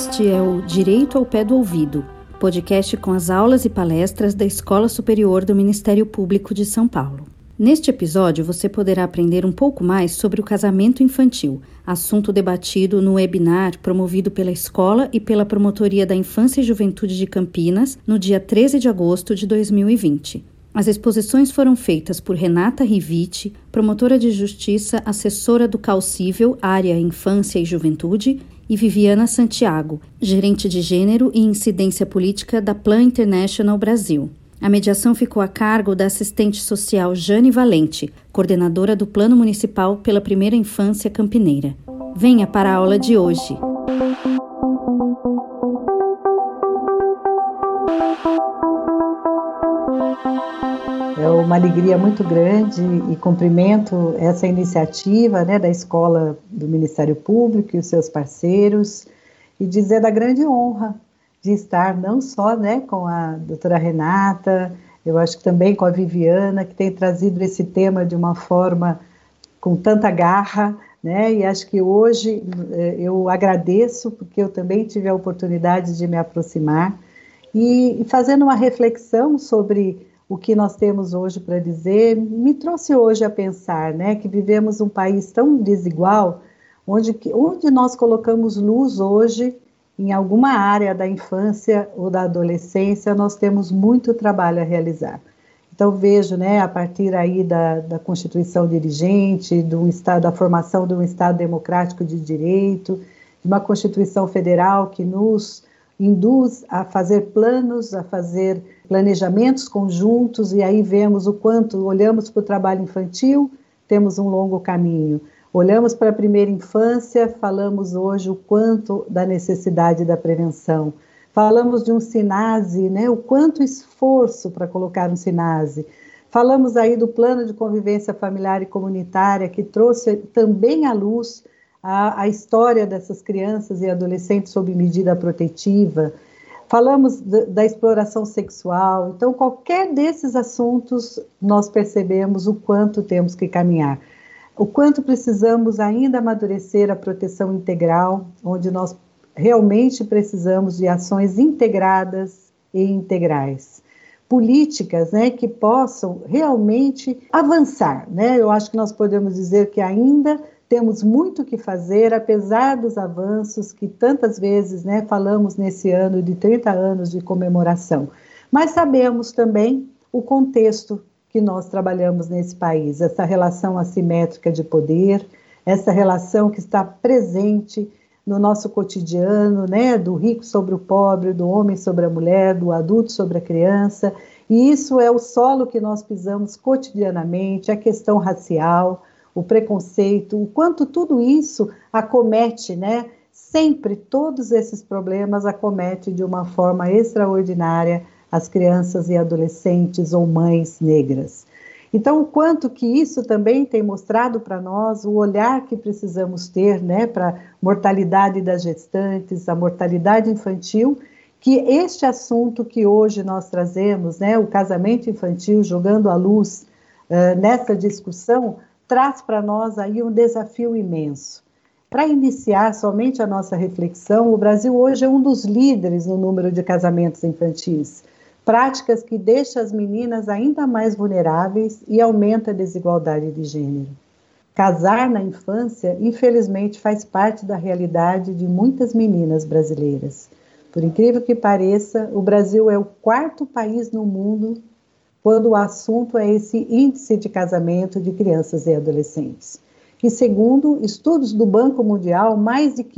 Este é o Direito ao Pé do Ouvido, podcast com as aulas e palestras da Escola Superior do Ministério Público de São Paulo. Neste episódio, você poderá aprender um pouco mais sobre o casamento infantil, assunto debatido no webinar promovido pela Escola e pela Promotoria da Infância e Juventude de Campinas, no dia 13 de agosto de 2020. As exposições foram feitas por Renata Riviti, promotora de justiça, assessora do CAU Cível, área Infância e Juventude, e Viviana Santiago, gerente de gênero e incidência política da Plan International Brasil. A mediação ficou a cargo da assistente social Jane Valente, coordenadora do Plano Municipal pela Primeira Infância Campineira. Venha para a aula de hoje. É uma alegria muito grande e cumprimento essa iniciativa, da Escola do Ministério Público e os seus parceiros, e dizer da grande honra de estar não só com a doutora Renata, eu acho que também com a Viviana, que tem trazido esse tema de uma forma com tanta garra, e acho que hoje eu agradeço, porque eu também tive a oportunidade de me aproximar, e fazendo uma reflexão sobre o que nós temos hoje para dizer, me trouxe hoje a pensar, que vivemos um país tão desigual, onde nós colocamos luz hoje, em alguma área da infância ou da adolescência, nós temos muito trabalho a realizar. Então vejo, a partir aí da Constituição dirigente, da formação de um Estado democrático de direito, de uma Constituição federal que nos induz a fazer planos, a fazer planejamentos conjuntos, e aí vemos o quanto olhamos para o trabalho infantil, temos um longo caminho. Olhamos para a primeira infância, falamos hoje o quanto da necessidade da prevenção. Falamos de um SINASE, o quanto esforço para colocar um SINASE. Falamos aí do plano de convivência familiar e comunitária, que trouxe também à luz a história dessas crianças e adolescentes sob medida protetiva. Falamos da exploração sexual. Então, qualquer desses assuntos, nós percebemos o quanto temos que caminhar. O quanto precisamos ainda amadurecer a proteção integral, onde nós realmente precisamos de ações integradas e integrais. Políticas, que possam realmente avançar, Eu acho que nós podemos dizer que ainda temos muito o que fazer, apesar dos avanços que tantas vezes, falamos nesse ano de 30 anos de comemoração. Mas sabemos também o contexto que nós trabalhamos nesse país, essa relação assimétrica de poder, essa relação que está presente no nosso cotidiano, do rico sobre o pobre, do homem sobre a mulher, do adulto sobre a criança, e isso é o solo que nós pisamos cotidianamente, a questão racial, o preconceito, o quanto tudo isso acomete, sempre todos esses problemas acomete de uma forma extraordinária as crianças e adolescentes ou mães negras. Então, o quanto que isso também tem mostrado para nós o olhar que precisamos ter, para a mortalidade das gestantes, a mortalidade infantil, que este assunto que hoje nós trazemos, o casamento infantil, jogando à luz nessa discussão, traz para nós aí um desafio imenso. Para iniciar somente a nossa reflexão, o Brasil hoje é um dos líderes no número de casamentos infantis, práticas que deixam as meninas ainda mais vulneráveis e aumenta a desigualdade de gênero. Casar na infância, infelizmente, faz parte da realidade de muitas meninas brasileiras. Por incrível que pareça, o Brasil é o 4º país no mundo quando o assunto é esse índice de casamento de crianças e adolescentes. E segundo estudos do Banco Mundial, mais de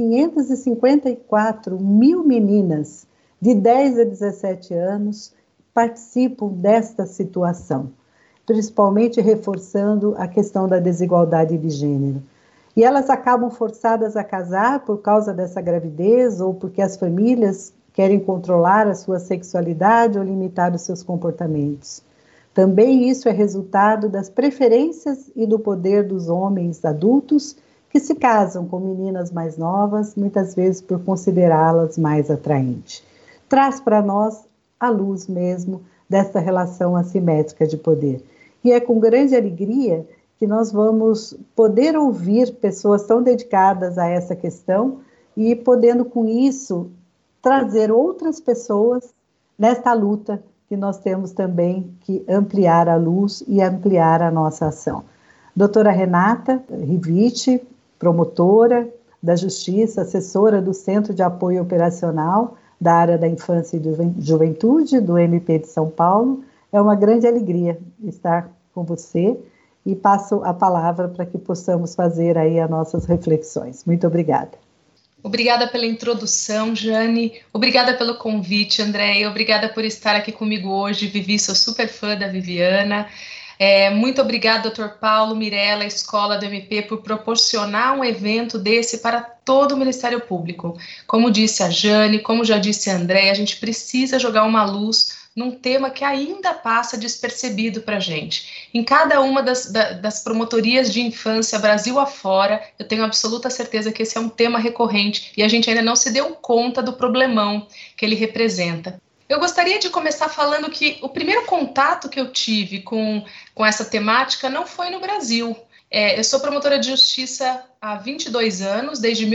554 mil meninas de 10 a 17 anos participam desta situação, principalmente reforçando a questão da desigualdade de gênero. E elas acabam forçadas a casar por causa dessa gravidez ou porque as famílias querem controlar a sua sexualidade ou limitar os seus comportamentos. Também isso é resultado das preferências e do poder dos homens adultos que se casam com meninas mais novas, muitas vezes por considerá-las mais atraentes. Traz para nós a luz mesmo dessa relação assimétrica de poder. E é com grande alegria que nós vamos poder ouvir pessoas tão dedicadas a essa questão e podendo com isso trazer outras pessoas nesta luta que nós temos também que ampliar a luz e ampliar a nossa ação. Doutora Renata Riviti, promotora da Justiça, assessora do Centro de Apoio Operacional da área da Infância e Juventude, do MP de São Paulo. É uma grande alegria estar com você e passo a palavra para que possamos fazer aí as nossas reflexões. Muito obrigada. Obrigada pela introdução, Jane. Obrigada pelo convite, Andréia. Obrigada por estar aqui comigo hoje. Vivi, sou super fã da Viviana. Muito obrigada, Dr. Paulo, Mirella, Escola do MP, por proporcionar um evento desse para todo o Ministério Público. Como disse a Jane, como já disse a Andréia, a gente precisa jogar uma luz num tema que ainda passa despercebido para a gente. Em cada uma das promotorias de infância, Brasil afora, eu tenho absoluta certeza que esse é um tema recorrente e a gente ainda não se deu conta do problemão que ele representa. Eu gostaria de começar falando que o primeiro contato que eu tive com essa temática não foi no Brasil. Eu sou promotora de justiça há 22 anos, desde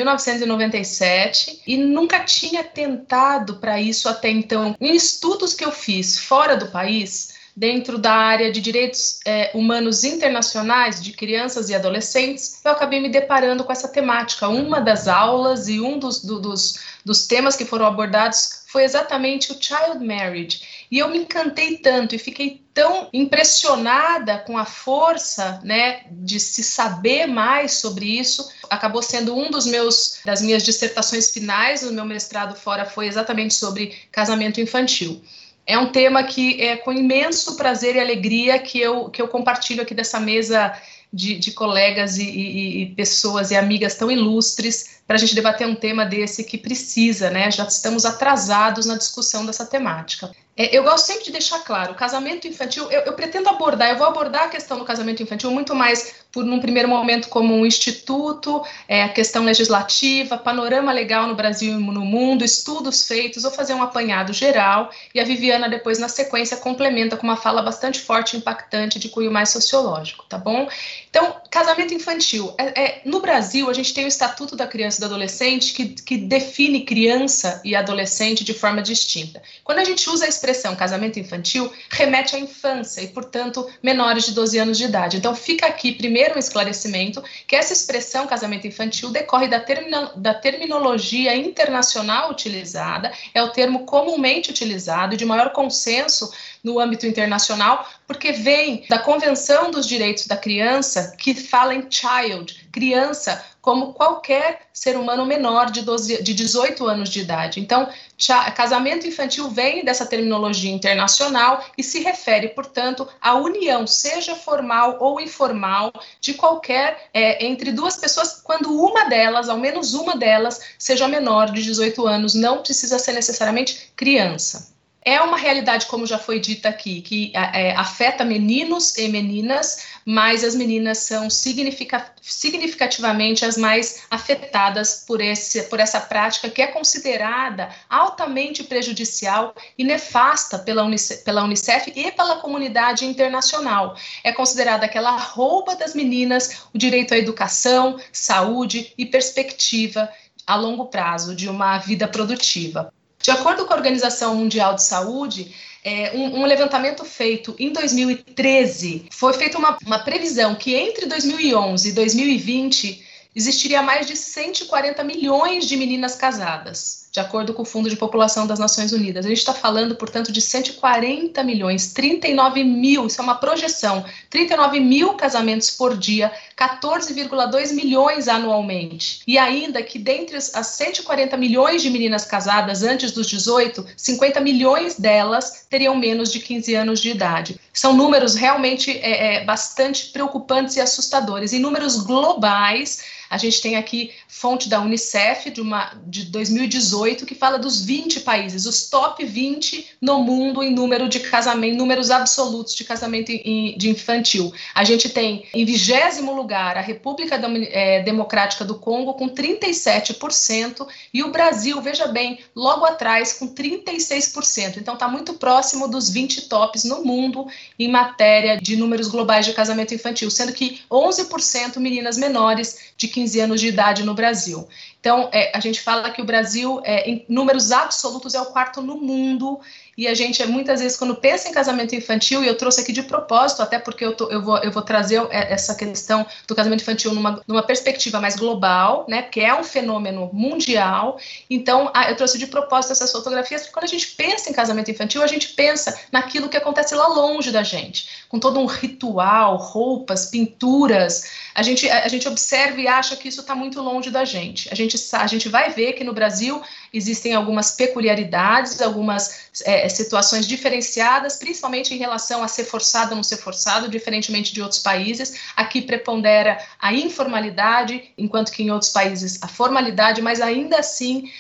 1997, e nunca tinha tentado para isso até então. Em estudos que eu fiz fora do país, dentro da área de direitos humanos internacionais de crianças e adolescentes, eu acabei me deparando com essa temática. Uma das aulas e um dos temas que foram abordados foi exatamente o child marriage. E eu me encantei tanto e fiquei tão impressionada com a força, né, de se saber mais sobre isso. Acabou sendo das minhas dissertações finais no meu mestrado fora, foi exatamente sobre casamento infantil. É um tema que é com imenso prazer e alegria que eu compartilho aqui dessa mesa de colegas e pessoas e amigas tão ilustres para a gente debater um tema desse que precisa, né? Já estamos atrasados na discussão dessa temática. Eu gosto sempre de deixar claro, o casamento infantil, eu vou abordar a questão do casamento infantil muito mais num primeiro momento como um instituto, a questão legislativa, panorama legal no Brasil e no mundo, estudos feitos, vou fazer um apanhado geral e a Viviana depois na sequência complementa com uma fala bastante forte e impactante de cunho mais sociológico, tá bom? Então, casamento infantil, no Brasil a gente tem o Estatuto da Criança e do Adolescente que define criança e adolescente de forma distinta. Quando a gente usa a expressão casamento infantil, remete à infância e, portanto, menores de 12 anos de idade. Então, fica aqui primeiro um esclarecimento que essa expressão casamento infantil decorre da terminologia internacional utilizada, é o termo comumente utilizado e de maior consenso no âmbito internacional, porque vem da Convenção dos Direitos da Criança, que fala em child, criança, como qualquer ser humano menor de 18 anos de idade. Então, casamento infantil vem dessa terminologia internacional e se refere, portanto, à união, seja formal ou informal, de qualquer, entre duas pessoas, quando uma delas, ao menos uma delas, seja menor de 18 anos, não precisa ser necessariamente criança. É uma realidade, como já foi dita aqui, que afeta meninos e meninas, mas as meninas são significativamente as mais afetadas por essa prática que é considerada altamente prejudicial e nefasta pela Unicef e pela comunidade internacional. É considerada que ela rouba das meninas o direito à educação, saúde e perspectiva a longo prazo de uma vida produtiva. De acordo com a Organização Mundial de Saúde, um levantamento feito em 2013, foi feita uma previsão que entre 2011 e 2020 existiria mais de 140 milhões de meninas casadas, de acordo com o Fundo de População das Nações Unidas. A gente está falando, portanto, de 140 milhões, 39 mil, isso é uma projeção, 39 mil casamentos por dia, 14,2 milhões anualmente. E ainda que dentre as 140 milhões de meninas casadas antes dos 18, 50 milhões delas teriam menos de 15 anos de idade. São números realmente bastante preocupantes e assustadores. Em números globais, a gente tem aqui fonte da Unicef de 2018 que fala dos 20 países, os top 20 no mundo em número de casamento, números absolutos de casamento de infantil. A gente tem em 20º lugar a República Democrática do Congo com 37% e o Brasil, veja bem, logo atrás com 36%. Então está muito próximo dos 20 tops no mundo em matéria de números globais de casamento infantil, sendo que 11% meninas menores de 15 anos de idade no Brasil. Então, a gente fala que o Brasil, em números absolutos, é o quarto no mundo, e a gente, muitas vezes, quando pensa em casamento infantil, e eu trouxe aqui de propósito, até porque eu vou trazer essa questão do casamento infantil numa perspectiva mais global, né, porque é um fenômeno mundial. Então, eu trouxe de propósito essas fotografias, porque quando a gente pensa em casamento infantil, a gente pensa naquilo que acontece lá longe da gente, com todo um ritual, roupas, pinturas. A gente observa e acha que isso está muito longe da gente. A gente vai ver que no Brasil existem algumas peculiaridades, algumas situações diferenciadas, principalmente em relação a ser forçado ou não ser forçado, diferentemente de outros países. Aqui prepondera a informalidade, enquanto que em outros países a formalidade, mas ainda assim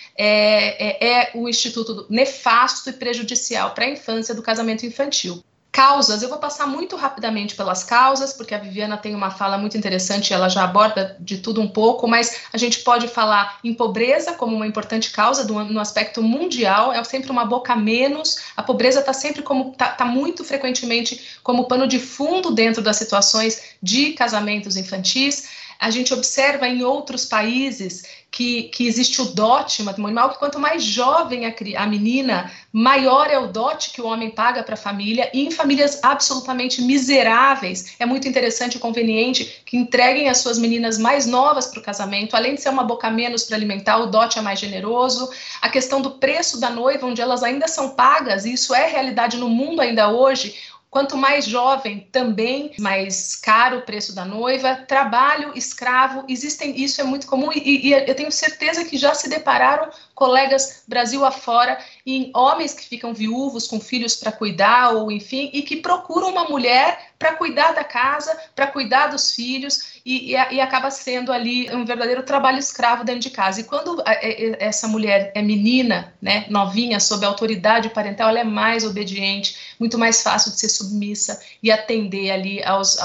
é o instituto nefasto e prejudicial para a infância do casamento infantil. Causas, eu vou passar muito rapidamente pelas causas, porque a Viviana tem uma fala muito interessante, ela já aborda de tudo um pouco, mas a gente pode falar em pobreza como uma importante causa no aspecto mundial, é sempre uma boca a menos, a pobreza está sempre está muito frequentemente como pano de fundo dentro das situações de casamentos infantis. A gente observa em outros países que existe o dote matrimonial, que quanto mais jovem a menina, maior é o dote que o homem paga para a família, e em famílias absolutamente miseráveis, é muito interessante e conveniente que entreguem as suas meninas mais novas para o casamento, além de ser uma boca a menos para alimentar, o dote é mais generoso. A questão do preço da noiva, onde elas ainda são pagas, e isso é realidade no mundo ainda hoje. Quanto mais jovem, também mais caro o preço da noiva. Trabalho, escravo, isso é muito comum e eu tenho certeza que já se depararam colegas Brasil afora em homens que ficam viúvos com filhos para cuidar ou enfim, e que procuram uma mulher para cuidar da casa, para cuidar dos filhos e acaba sendo ali um verdadeiro trabalho escravo dentro de casa. E quando essa mulher é menina, né, novinha, sob a autoridade parental, ela é mais obediente, muito mais fácil de ser submissa e atender ali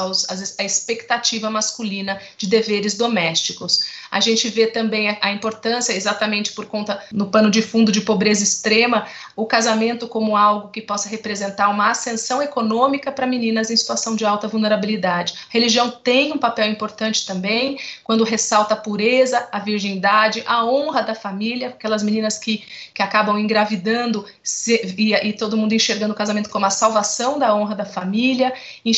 à expectativa masculina de deveres domésticos. A gente vê também a importância, exatamente por conta, no pano de fundo de pobreza extrema, o casamento como algo que possa representar uma ascensão econômica para meninas em situação de alta vulnerabilidade. A religião tem um papel importante também, quando ressalta a pureza, a virgindade, a honra da família, aquelas meninas que acabam engravidando e todo mundo enxergando o casamento como a salvação da honra da família,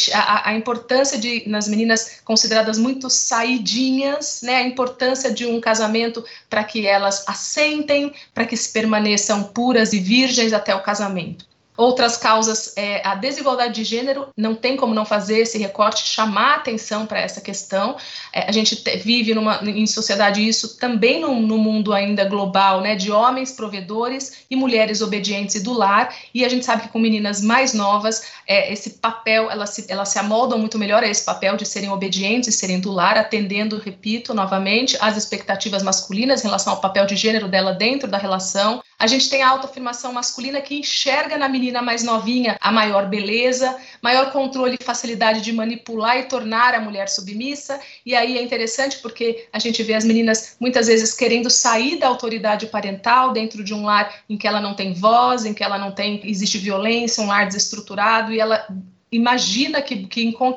a importância nas meninas consideradas muito saidinhas, né, a importância de um casamento para que elas assentem, para que se permaneçam puras e virgens até o casamento. Outras causas, a desigualdade de gênero, não tem como não fazer esse recorte, chamar atenção para essa questão. A gente vive em sociedade isso também no mundo ainda global, né, de homens provedores e mulheres obedientes e do lar, e a gente sabe que com meninas mais novas, esse papel, elas se amoldam muito melhor a esse papel de serem obedientes e serem do lar, atendendo, repito, novamente, às expectativas masculinas em relação ao papel de gênero dela dentro da relação. A gente tem a autoafirmação masculina que enxerga na menina mais novinha a maior beleza, maior controle e facilidade de manipular e tornar a mulher submissa. E aí é interessante porque a gente vê as meninas muitas vezes querendo sair da autoridade parental dentro de um lar em que ela não tem voz, em que ela não tem, existe violência, um lar desestruturado, e ela imagina que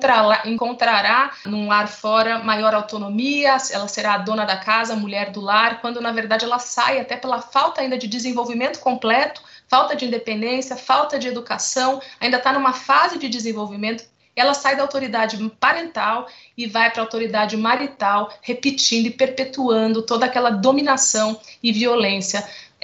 encontrará num lar fora maior autonomia, ela será a dona da casa, a mulher do lar, quando na verdade ela sai até pela falta ainda de desenvolvimento completo, falta de independência, falta de educação, ainda está numa fase de desenvolvimento. Ela sai da autoridade parental e vai para a autoridade marital, repetindo e perpetuando toda aquela dominação e violência,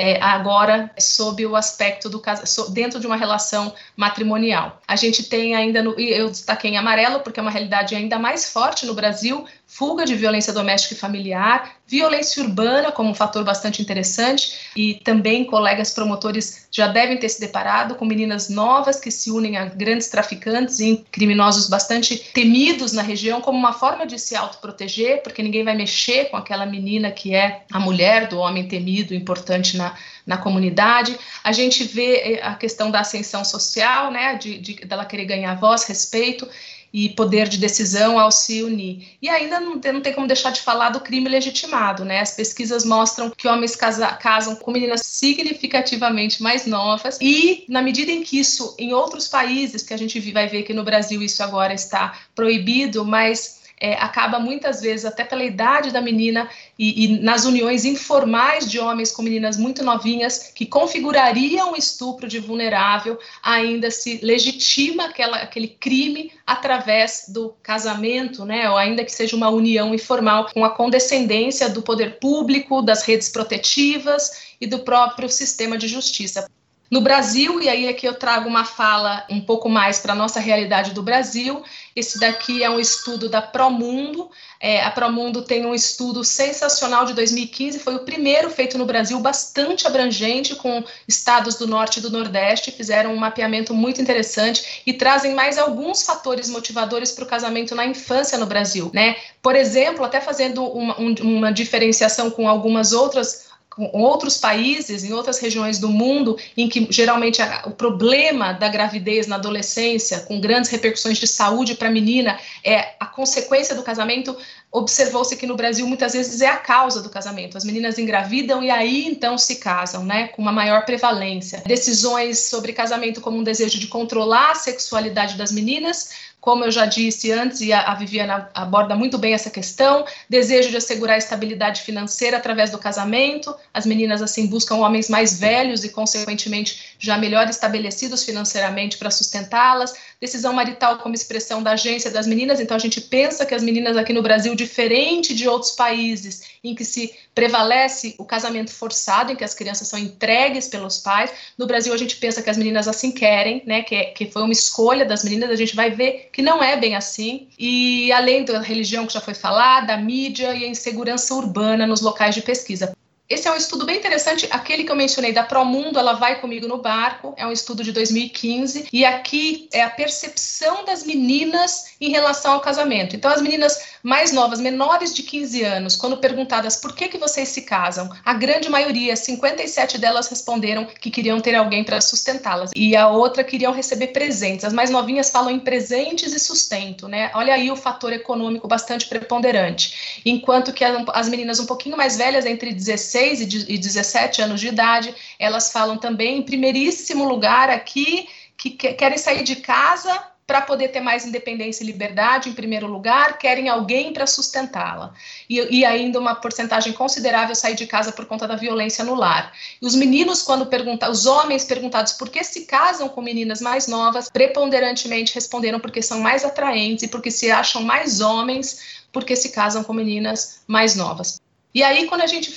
agora sob o aspecto do dentro de uma relação matrimonial. A gente tem ainda, eu destaquei em amarelo porque é uma realidade ainda mais forte no Brasil, fuga de violência doméstica e familiar, violência urbana como um fator bastante interessante, e também colegas promotores já devem ter se deparado com meninas novas que se unem a grandes traficantes e criminosos bastante temidos na região como uma forma de se autoproteger, porque ninguém vai mexer com aquela menina que é a mulher do homem temido, importante na comunidade. A gente vê a questão da ascensão social, né, dela querer ganhar voz, respeito e poder de decisão ao se unir. E ainda não tem como deixar de falar do crime legitimado, né? As pesquisas mostram que homens casam com meninas significativamente mais novas, e na medida em que isso, em outros países, que a gente vai ver que no Brasil isso agora está proibido, mas acaba muitas vezes, até pela idade da menina, e nas uniões informais de homens com meninas muito novinhas, que configurariam um estupro de vulnerável, ainda se legitima aquele crime através do casamento, né, ou ainda que seja uma união informal, com a condescendência do poder público, das redes protetivas e do próprio sistema de justiça. No Brasil, e aí aqui eu trago uma fala um pouco mais para a nossa realidade do Brasil, esse daqui é um estudo da Promundo. A Promundo tem um estudo sensacional de 2015, foi o primeiro feito no Brasil, bastante abrangente, com estados do Norte e do Nordeste, fizeram um mapeamento muito interessante e trazem mais alguns fatores motivadores para o casamento na infância no Brasil, né? Por exemplo, até fazendo uma diferenciação com outros países, em outras regiões do mundo, em que geralmente o problema da gravidez na adolescência, com grandes repercussões de saúde para a menina, é a consequência do casamento. Observou-se que no Brasil muitas vezes é a causa do casamento. As meninas engravidam e aí então se casam, né, com uma maior prevalência. Decisões sobre casamento como um desejo de controlar a sexualidade das meninas, como eu já disse antes, e a Viviana aborda muito bem essa questão, desejo de assegurar a estabilidade financeira através do casamento. As meninas, assim, buscam homens mais velhos e, consequentemente, já melhor estabelecidos financeiramente para sustentá-las. Decisão marital como expressão da agência das meninas. Então, a gente pensa que as meninas aqui no Brasil, diferente de outros países em que se prevalece o casamento forçado, em que as crianças são entregues pelos pais, no Brasil a gente pensa que as meninas assim querem, né, que foi uma escolha das meninas. A gente vai ver que não é bem assim. E além da religião que já foi falada, a mídia e a insegurança urbana nos locais de pesquisa. Esse é um estudo bem interessante, aquele que eu mencionei da Promundo, ela vai comigo no barco, é um estudo de 2015, e aqui é a percepção das meninas em relação ao casamento. Então, as meninas mais novas, menores de 15 anos, quando perguntadas por que vocês se casam, a grande maioria, 57 delas responderam que queriam ter alguém para sustentá-las, e a outra queriam receber presentes. As mais novinhas falam em presentes e sustento, né? Olha aí o fator econômico bastante preponderante. Enquanto que as meninas um pouquinho mais velhas, entre 16 e 17 anos de idade, elas falam também, em primeiríssimo lugar aqui, que querem sair de casa para poder ter mais independência e liberdade, em primeiro lugar, querem alguém para sustentá-la. E ainda uma porcentagem considerável sair de casa por conta da violência no lar. E os meninos, os homens perguntados por que se casam com meninas mais novas, preponderantemente responderam porque são mais atraentes e porque se acham mais homens porque se casam com meninas mais novas. E aí, quando a gente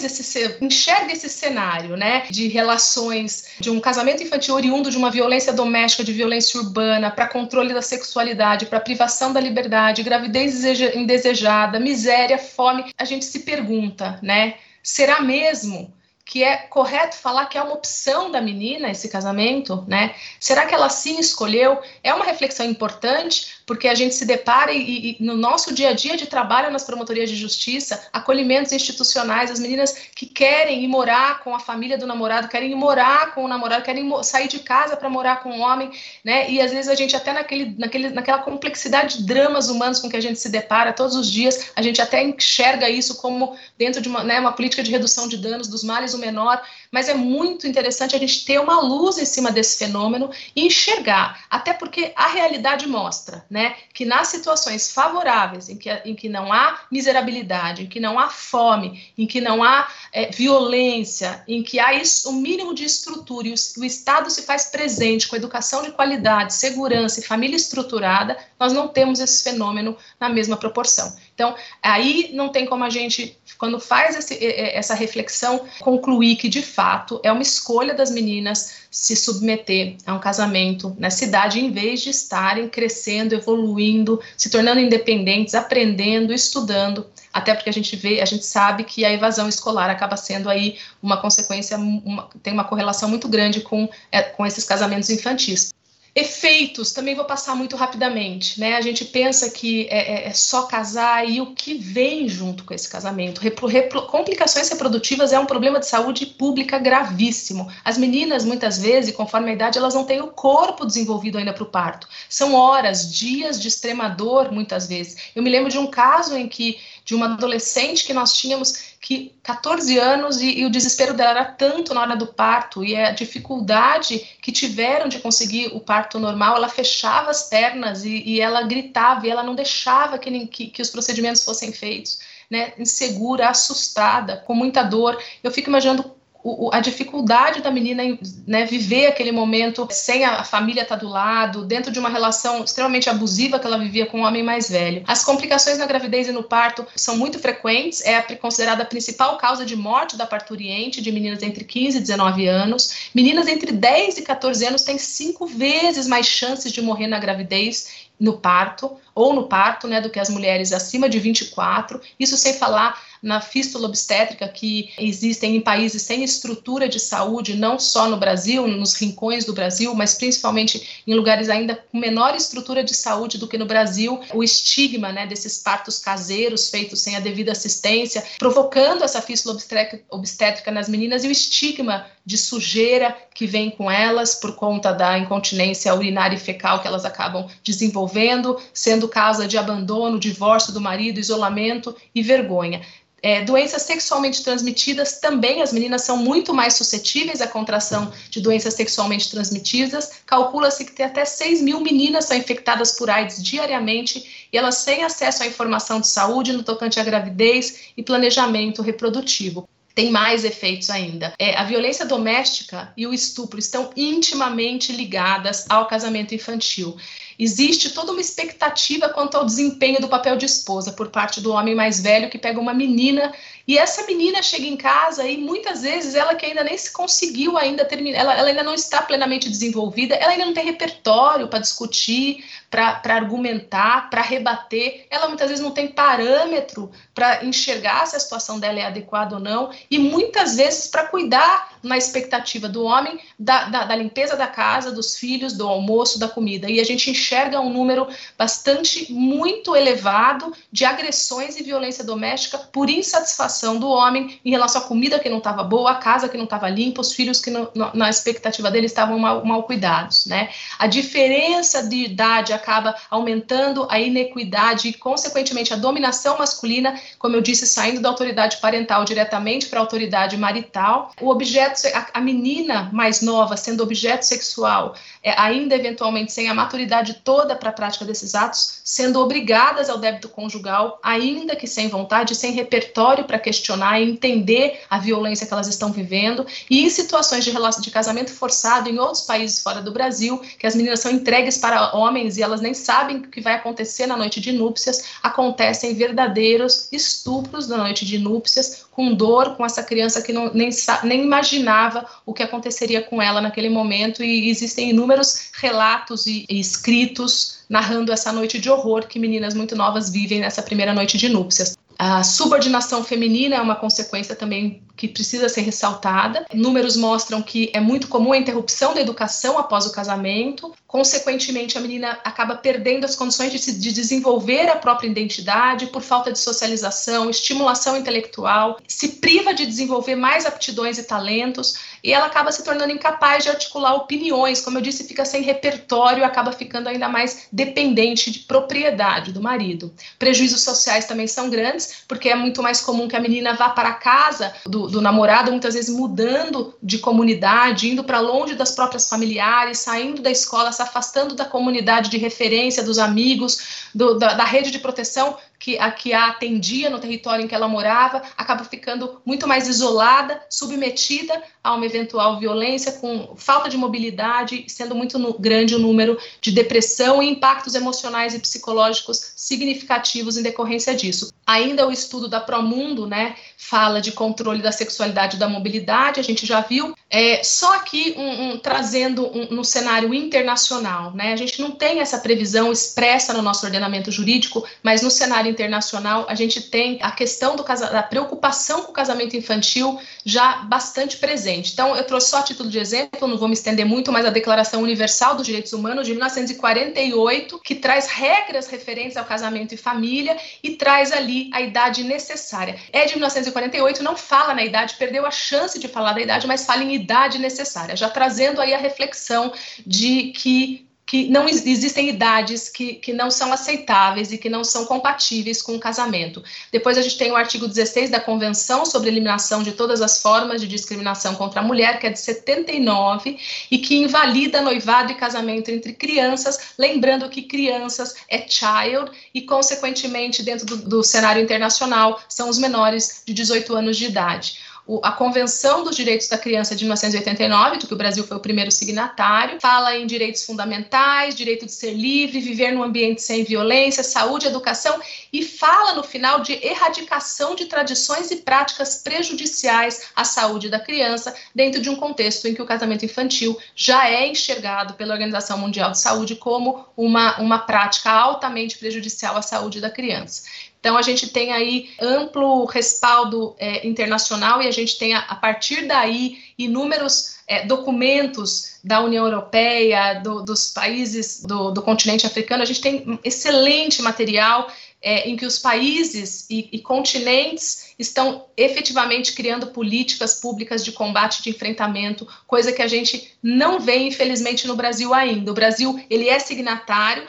enxerga esse cenário, né, de relações, de um casamento infantil oriundo de uma violência doméstica, de violência urbana, para controle da sexualidade, para privação da liberdade, gravidez indesejada, miséria, fome, a gente se pergunta, né, será mesmo que é correto falar que é uma opção da menina esse casamento, né? Será que ela sim escolheu? É uma reflexão importante, porque a gente se depara e no nosso dia a dia de trabalho nas promotorias de justiça, acolhimentos institucionais, as meninas que querem ir morar com a família do namorado, querem ir morar com o namorado, querem sair de casa para morar com o homem, né? E às vezes a gente até naquela complexidade de dramas humanos com que a gente se depara todos os dias, a gente até enxerga isso como dentro de uma política de redução de danos, dos males menor, mas é muito interessante a gente ter uma luz em cima desse fenômeno e enxergar, até porque a realidade mostra, né, que nas situações favoráveis, em que não há miserabilidade, em que não há fome, em que não há violência, em que há o mínimo de estrutura e o Estado se faz presente com educação de qualidade, segurança e família estruturada, nós não temos esse fenômeno na mesma proporção. Então, aí não tem como a gente, quando faz essa reflexão, concluir que, de fato, é uma escolha das meninas se submeter a um casamento na cidade, em vez de estarem crescendo, evoluindo, se tornando independentes, aprendendo, estudando, até porque a gente sabe que a evasão escolar acaba sendo aí uma consequência, tem uma correlação muito grande com esses casamentos infantis. Efeitos, também vou passar muito rapidamente, né? A gente pensa que é só casar e o que vem junto com esse casamento. Complicações reprodutivas é um problema de saúde pública gravíssimo. As meninas, muitas vezes, conforme a idade, elas não têm o corpo desenvolvido ainda para o parto. São horas, dias de extrema dor, muitas vezes. Eu me lembro de um caso em que de uma adolescente que nós tínhamos que 14 anos e o desespero dela era tanto na hora do parto e a dificuldade que tiveram de conseguir o parto normal, ela fechava as pernas e ela gritava e ela não deixava que os procedimentos fossem feitos, né, insegura, assustada, com muita dor. Eu fico imaginando a dificuldade da menina em, né, viver aquele momento sem a família estar do lado, dentro de uma relação extremamente abusiva que ela vivia com um homem mais velho. As complicações na gravidez e no parto são muito frequentes, é considerada a principal causa de morte da parturiente de meninas entre 15 e 19 anos. Meninas entre 10 e 14 anos têm 5 vezes mais chances de morrer na gravidez no parto, né, do que as mulheres acima de 24, isso sem falar na fístula obstétrica, que existem em países sem estrutura de saúde, não só no Brasil, nos rincões do Brasil, mas principalmente em lugares ainda com menor estrutura de saúde do que no Brasil, o estigma, né, desses partos caseiros feitos sem a devida assistência, provocando essa fístula obstétrica nas meninas e o estigma de sujeira que vem com elas por conta da incontinência urinária e fecal que elas acabam desenvolvendo, sendo causa de abandono, divórcio do marido, isolamento e vergonha. Doenças sexualmente transmitidas também, as meninas são muito mais suscetíveis à contração de doenças sexualmente transmitidas. Calcula-se que até 6 mil meninas são infectadas por AIDS diariamente e elas têm acesso à informação de saúde no tocante à gravidez e planejamento reprodutivo. Tem mais efeitos ainda. A violência doméstica e o estupro estão intimamente ligadas ao casamento infantil. Existe toda uma expectativa quanto ao desempenho do papel de esposa por parte do homem mais velho que pega uma menina e essa menina chega em casa e muitas vezes ela que ainda nem se conseguiu ainda terminar, ela ainda não está plenamente desenvolvida, ela ainda não tem repertório para discutir, para argumentar, para rebater, ela muitas vezes não tem parâmetro para enxergar se a situação dela é adequada ou não e muitas vezes para cuidar na expectativa do homem da limpeza da casa, dos filhos, do almoço, da comida. E a gente enxerga um número muito elevado de agressões e violência doméstica por insatisfação do homem em relação à comida que não estava boa, a casa que não estava limpa, os filhos que na expectativa dele estavam mal cuidados, né? A diferença de idade acaba aumentando a inequidade e, consequentemente, a dominação masculina, como eu disse, saindo da autoridade parental diretamente para a autoridade marital. O objeto, a menina mais nova sendo objeto sexual, ainda eventualmente sem a maturidade toda para a prática desses atos, sendo obrigadas ao débito conjugal, ainda que sem vontade, sem repertório para questionar e entender a violência que elas estão vivendo, e em situações de casamento forçado em outros países fora do Brasil, que as meninas são entregues para homens e elas nem sabem o que vai acontecer na noite de núpcias, acontecem verdadeiros estupros na noite de núpcias, com dor, com essa criança que nem imaginava o que aconteceria com ela naquele momento, e existem inúmeros relatos e escritos narrando essa noite de horror que meninas muito novas vivem nessa primeira noite de núpcias. A subordinação feminina é uma consequência também que precisa ser ressaltada. Números mostram que é muito comum a interrupção da educação após o casamento. Consequentemente, a menina acaba perdendo as condições de desenvolver a própria identidade por falta de socialização, estimulação intelectual, se priva de desenvolver mais aptidões e talentos e ela acaba se tornando incapaz de articular opiniões. Como eu disse, fica sem repertório, acaba ficando ainda mais dependente de propriedade do marido. Prejuízos sociais também são grandes, porque é muito mais comum que a menina vá para a casa do namorado, muitas vezes mudando de comunidade, indo para longe das próprias familiares, saindo da escola, se afastando da comunidade de referência, dos amigos, da rede de proteção que a atendia no território em que ela morava, acaba ficando muito mais isolada, submetida a uma eventual violência, com falta de mobilidade, sendo muito grande o número de depressão e impactos emocionais e psicológicos significativos em decorrência disso. Ainda o estudo da Promundo, né, fala de controle da sexualidade e da mobilidade, a gente já viu, só aqui trazendo no cenário internacional, né, a gente não tem essa previsão expressa no nosso ordenamento jurídico, mas no cenário internacional a gente tem a questão da preocupação com o casamento infantil já bastante presente. Então, eu trouxe só a título de exemplo, não vou me estender muito, mas a Declaração Universal dos Direitos Humanos de 1948, que traz regras referentes ao casamento e família e traz ali a idade necessária. É de 1948, não fala na idade, perdeu a chance de falar da idade, mas fala em idade necessária, já trazendo aí a reflexão de que que não existem idades que não são aceitáveis e que não são compatíveis com o casamento. Depois a gente tem o artigo 16 da Convenção sobre a Eliminação de Todas as Formas de Discriminação contra a Mulher, que é de 79, e que invalida noivado e casamento entre crianças, lembrando que crianças é child e, consequentemente, dentro do cenário internacional, são os menores de 18 anos de idade. A Convenção dos Direitos da Criança de 1989, do que o Brasil foi o primeiro signatário, fala em direitos fundamentais, direito de ser livre, viver num ambiente sem violência, saúde, educação, e fala no final de erradicação de tradições e práticas prejudiciais à saúde da criança, dentro de um contexto em que o casamento infantil já é enxergado pela Organização Mundial de Saúde como uma prática altamente prejudicial à saúde da criança. Então, a gente tem aí amplo respaldo internacional e a gente tem, a partir daí, inúmeros documentos da União Europeia, dos países do continente africano. A gente tem excelente material em que os países e continentes estão efetivamente criando políticas públicas de combate, de enfrentamento, coisa que a gente não vê, infelizmente, no Brasil ainda. O Brasil, ele é signatário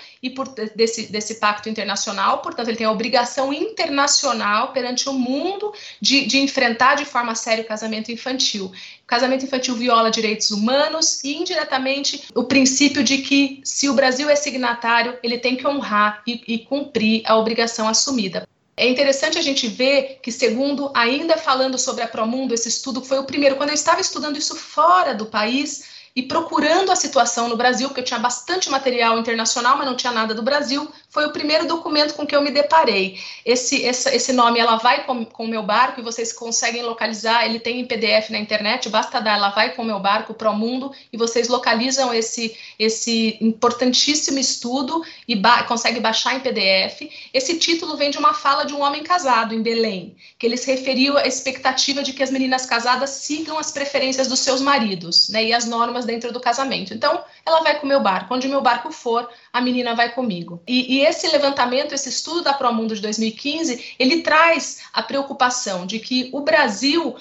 desse pacto internacional, portanto, ele tem a obrigação internacional perante o mundo de enfrentar de forma séria o casamento infantil. O casamento infantil viola direitos humanos e, indiretamente, o princípio de que, se o Brasil é signatário, ele tem que honrar e cumprir a obrigação assumida. É interessante a gente ver que, segundo, ainda falando sobre a Promundo, esse estudo foi o primeiro, quando eu estava estudando isso fora do país e procurando a situação no Brasil, porque eu tinha bastante material internacional, mas não tinha nada do Brasil, foi o primeiro documento com que eu me deparei. Esse nome, Ela Vai com o Meu Barco, e vocês conseguem localizar, ele tem em PDF na internet, basta dar Ela Vai com o Meu Barco, Promundo, e vocês localizam esse importantíssimo estudo e conseguem baixar em PDF. Esse título vem de uma fala de um homem casado em Belém, que ele se referiu à expectativa de que as meninas casadas sigam as preferências dos seus maridos, né, e as normas dentro do casamento. Então, ela vai com o meu barco. Onde o meu barco for, a menina vai comigo. E esse levantamento, esse estudo da Promundo de 2015, ele traz a preocupação de que o Brasil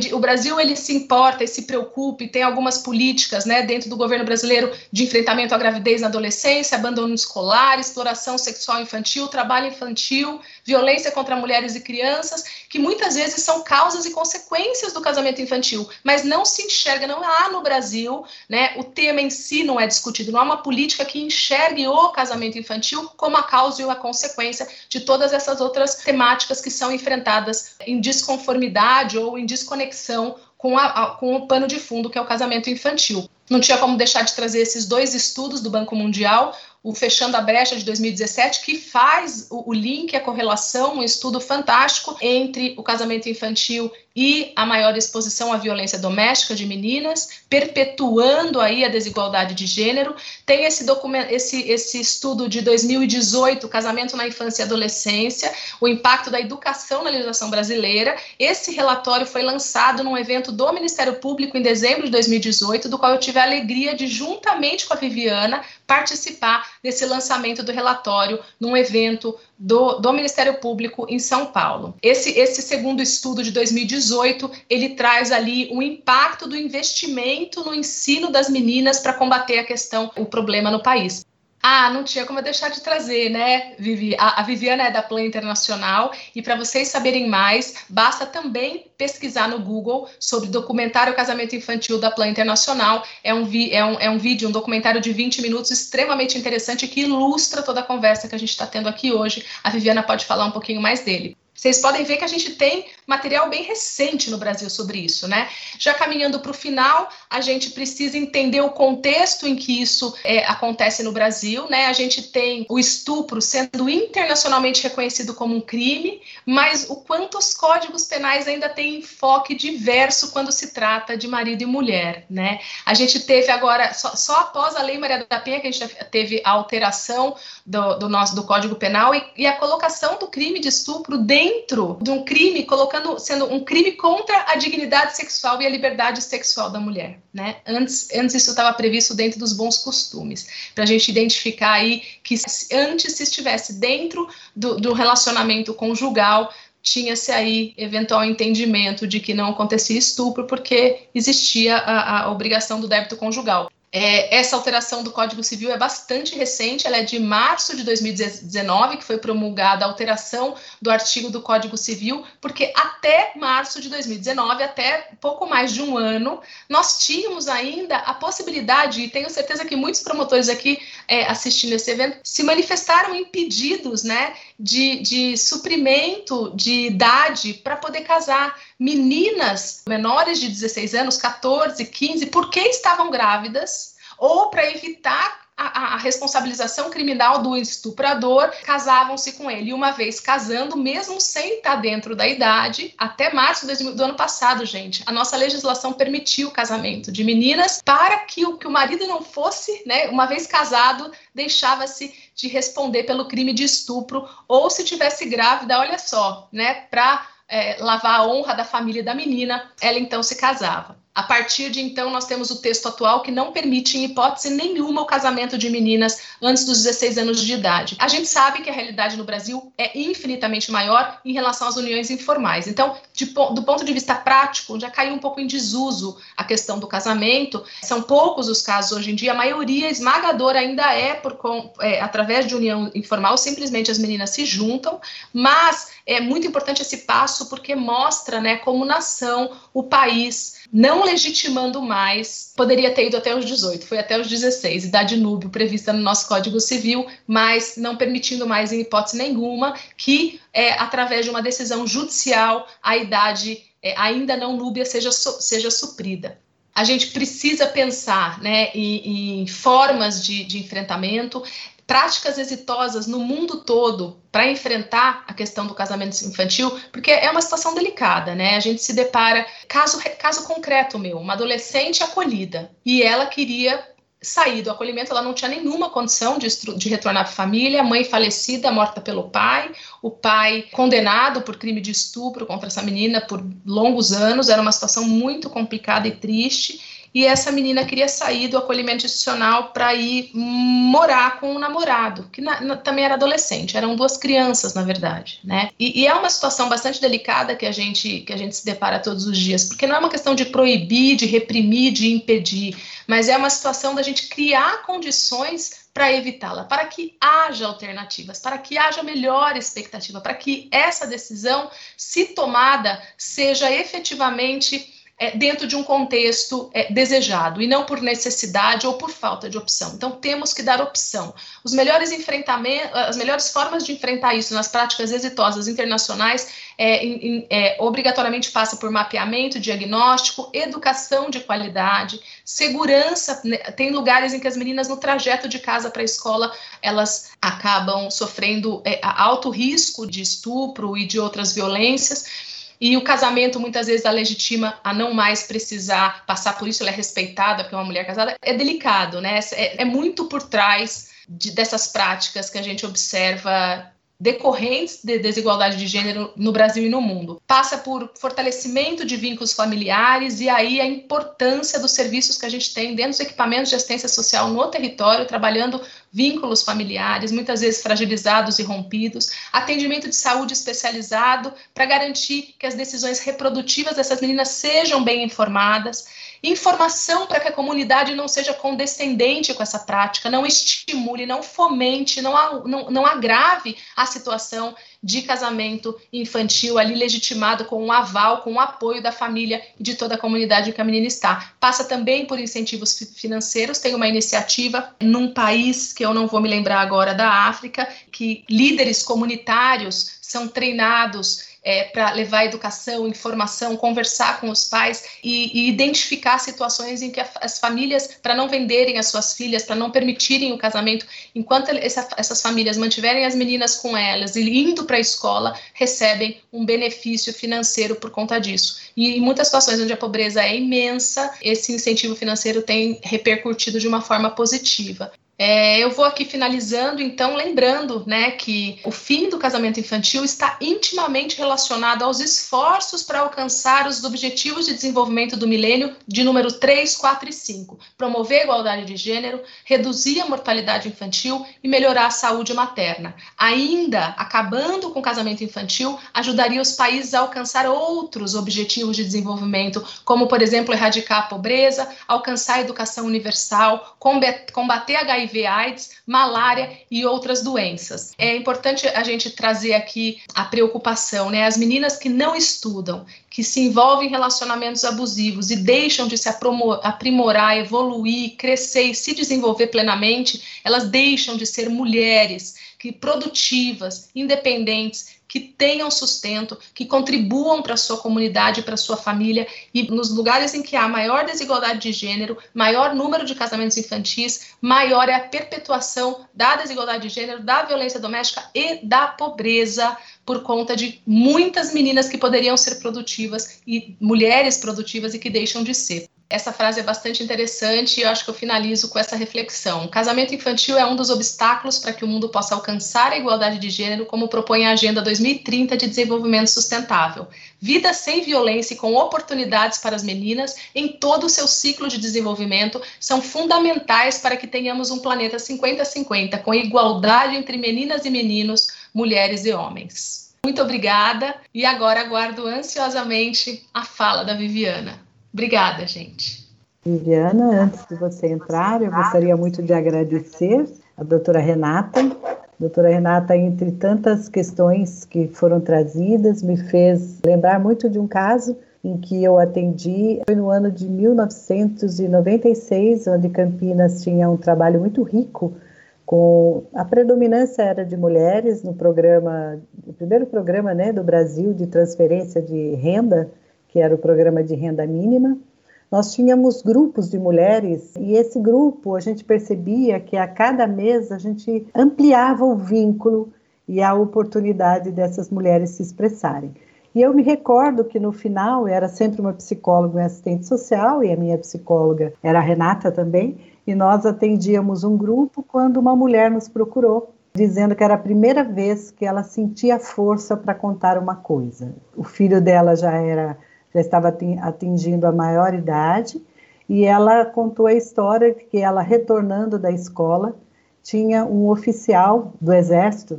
ele se importa e se preocupa e tem algumas políticas, né, dentro do governo brasileiro de enfrentamento à gravidez na adolescência, abandono escolar, exploração sexual infantil, trabalho infantil, violência contra mulheres e crianças, que muitas vezes são causas e consequências do casamento infantil, mas não se enxerga, não há no Brasil, né, o tema em si não é discutido, não há uma política que enxergue o casamento infantil como a causa e a consequência de todas essas outras temáticas que são enfrentadas em desconformidade ou em desconexão com o pano de fundo, que é o casamento infantil. Não tinha como deixar de trazer esses dois estudos do Banco Mundial, o Fechando a Brecha de 2017, que faz o link, a correlação, um estudo fantástico entre o casamento infantil e a maior exposição à violência doméstica de meninas, perpetuando aí a desigualdade de gênero. Tem esse estudo de 2018, Casamento na Infância e Adolescência, o impacto da educação na legislação brasileira. Esse relatório foi lançado num evento do Ministério Público em dezembro de 2018, do qual eu tive a alegria de, juntamente com a Viviana, participar desse lançamento do relatório num evento do Ministério Público em São Paulo. Esse segundo estudo de 2018, ele traz ali o impacto do investimento no ensino das meninas para combater o problema no país. Não tinha como eu deixar de trazer, né, Vivi? A Viviana é da Plan Internacional e, para vocês saberem mais, basta também pesquisar no Google sobre o documentário Casamento Infantil da Plan Internacional. É um vídeo, um documentário de 20 minutos extremamente interessante que ilustra toda a conversa que a gente está tendo aqui hoje. A Viviana pode falar um pouquinho mais dele. Vocês podem ver que a gente tem material bem recente no Brasil sobre isso, né? Já caminhando para o final, a gente precisa entender o contexto em que isso acontece no Brasil, né? A gente tem o estupro sendo internacionalmente reconhecido como um crime, mas o quanto os códigos penais ainda têm enfoque diverso quando se trata de marido e mulher, né? A gente teve agora, só após a Lei Maria da Penha, que a gente teve a alteração do Código Penal e a colocação do crime de estupro dentro de um crime, sendo um crime contra a dignidade sexual e a liberdade sexual da mulher, né? Antes isso estava previsto dentro dos bons costumes, para a gente identificar aí que antes, se estivesse dentro do relacionamento conjugal, tinha-se aí eventual entendimento de que não acontecia estupro porque existia a obrigação do débito conjugal. Essa alteração do Código Civil é bastante recente, ela é de março de 2019, que foi promulgada a alteração do artigo do Código Civil, porque até março de 2019, até pouco mais de um ano, nós tínhamos ainda a possibilidade, e tenho certeza que muitos promotores aqui assistindo esse evento se manifestaram impedidos, né, de suprimento de idade para poder casar. Meninas menores de 16 anos, 14, 15, porque estavam grávidas, ou para evitar a responsabilização criminal do estuprador, casavam-se com ele. E uma vez casando, mesmo sem estar dentro da idade, até março do ano passado, gente, a nossa legislação permitiu o casamento de meninas para que o marido não fosse, né, uma vez casado, deixava-se de responder pelo crime de estupro, ou se tivesse grávida, olha só, né, para lavar a honra da família da menina, ela então se casava. A partir de então, nós temos o texto atual que não permite, em hipótese nenhuma, o casamento de meninas antes dos 16 anos de idade. A gente sabe que a realidade no Brasil é infinitamente maior em relação às uniões informais. Então, do ponto de vista prático, já caiu um pouco em desuso a questão do casamento. São poucos os casos hoje em dia, a maioria esmagadora ainda através de união informal, simplesmente as meninas se juntam, mas é muito importante esse passo porque mostra, né, como nação, o país não legitimando mais, poderia ter ido até os 18, foi até os 16, idade núbio prevista no nosso Código Civil, mas não permitindo mais, em hipótese nenhuma, que, através de uma decisão judicial, a idade ainda não núbia seja suprida. A gente precisa pensar, né, em formas de enfrentamento, práticas exitosas no mundo todo para enfrentar a questão do casamento infantil, porque é uma situação delicada, né? A gente se depara, caso concreto meu, uma adolescente acolhida, e ela queria sair do acolhimento, ela não tinha nenhuma condição de retornar para a família, a mãe falecida, morta pelo pai, o pai condenado por crime de estupro contra essa menina por longos anos, era uma situação muito complicada e triste. E essa menina queria sair do acolhimento institucional para ir morar com um namorado, que também era adolescente, eram duas crianças, na verdade, né? E é uma situação bastante delicada que a gente se depara todos os dias, porque não é uma questão de proibir, de reprimir, de impedir, mas é uma situação da gente criar condições para evitá-la, para que haja alternativas, para que haja melhor expectativa, para que essa decisão, se tomada, seja efetivamente dentro de um contexto desejado, e não por necessidade ou por falta de opção. Então, temos que dar opção. As melhores formas de enfrentar isso nas práticas exitosas internacionais obrigatoriamente passa por mapeamento, diagnóstico, educação de qualidade, segurança. Tem lugares em que as meninas, no trajeto de casa para a escola, elas acabam sofrendo alto risco de estupro e de outras violências. E o casamento, muitas vezes, a legitima a não mais precisar passar por isso, ela é respeitada, porque é uma mulher casada. É delicado, né? É muito por trás dessas práticas que a gente observa decorrentes de desigualdade de gênero no Brasil e no mundo. Passa por fortalecimento de vínculos familiares e aí a importância dos serviços que a gente tem dentro dos equipamentos de assistência social no território, trabalhando vínculos familiares, muitas vezes fragilizados e rompidos, atendimento de saúde especializado para garantir que as decisões reprodutivas dessas meninas sejam bem informadas, informação para que a comunidade não seja condescendente com essa prática, não estimule, não fomente, não agrave a situação de casamento infantil ali legitimado com um aval, com o apoio da família e de toda a comunidade em que a menina está. Passa também por incentivos financeiros, tem uma iniciativa num país que eu não vou me lembrar agora da África, que líderes comunitários são treinados para levar educação, informação, conversar com os pais e identificar situações em que as famílias, para não venderem as suas filhas, para não permitirem o casamento, enquanto essas famílias mantiverem as meninas com elas e indo para a escola, recebem um benefício financeiro por conta disso. E em muitas situações onde a pobreza é imensa, esse incentivo financeiro tem repercutido de uma forma positiva. Eu vou aqui finalizando, então, lembrando, né, que o fim do casamento infantil está intimamente relacionado aos esforços para alcançar os Objetivos de Desenvolvimento do Milênio de número 3, 4 e 5, promover a igualdade de gênero, reduzir a mortalidade infantil e melhorar a saúde materna. Ainda, acabando com o casamento infantil, ajudaria os países a alcançar outros Objetivos de Desenvolvimento, como, por exemplo, erradicar a pobreza, alcançar a educação universal, combater HIV/AIDS, malária e outras doenças. É importante a gente trazer aqui a preocupação, né? As meninas que não estudam, que se envolvem em relacionamentos abusivos e deixam de se aprimorar, evoluir, crescer e se desenvolver plenamente, elas deixam de ser mulheres produtivas, independentes, que tenham sustento, que contribuam para a sua comunidade, para a sua família, e nos lugares em que há maior desigualdade de gênero, maior número de casamentos infantis, maior é a perpetuação da desigualdade de gênero, da violência doméstica e da pobreza, por conta de muitas meninas que poderiam ser produtivas e mulheres produtivas e que deixam de ser. Essa frase é bastante interessante e eu acho que eu finalizo com essa reflexão. O casamento infantil é um dos obstáculos para que o mundo possa alcançar a igualdade de gênero, como propõe a Agenda 2030 de Desenvolvimento Sustentável. Vida sem violência e com oportunidades para as meninas em todo o seu ciclo de desenvolvimento são fundamentais para que tenhamos um planeta 50-50, com igualdade entre meninas e meninos, mulheres e homens. Muito obrigada e agora aguardo ansiosamente a fala da Viviana. Obrigada, gente. Viviana, antes de você entrar, eu gostaria muito de agradecer a doutora Renata. A doutora Renata, entre tantas questões que foram trazidas, me fez lembrar muito de um caso em que eu atendi. Foi no ano de 1996, onde Campinas tinha um trabalho muito rico, com a predominância era de mulheres no programa, o primeiro programa, né, do Brasil de transferência de renda, que era o programa de renda mínima. Nós tínhamos grupos de mulheres e esse grupo a gente percebia que a cada mês a gente ampliava o vínculo e a oportunidade dessas mulheres se expressarem. E eu me recordo que no final era sempre uma psicóloga e uma assistente social, e a minha psicóloga era a Renata também, e nós atendíamos um grupo quando uma mulher nos procurou, dizendo que era a primeira vez que ela sentia força para contar uma coisa. O filho dela já estava atingindo a maioridade, e ela contou a história de que ela, retornando da escola, tinha um oficial do exército,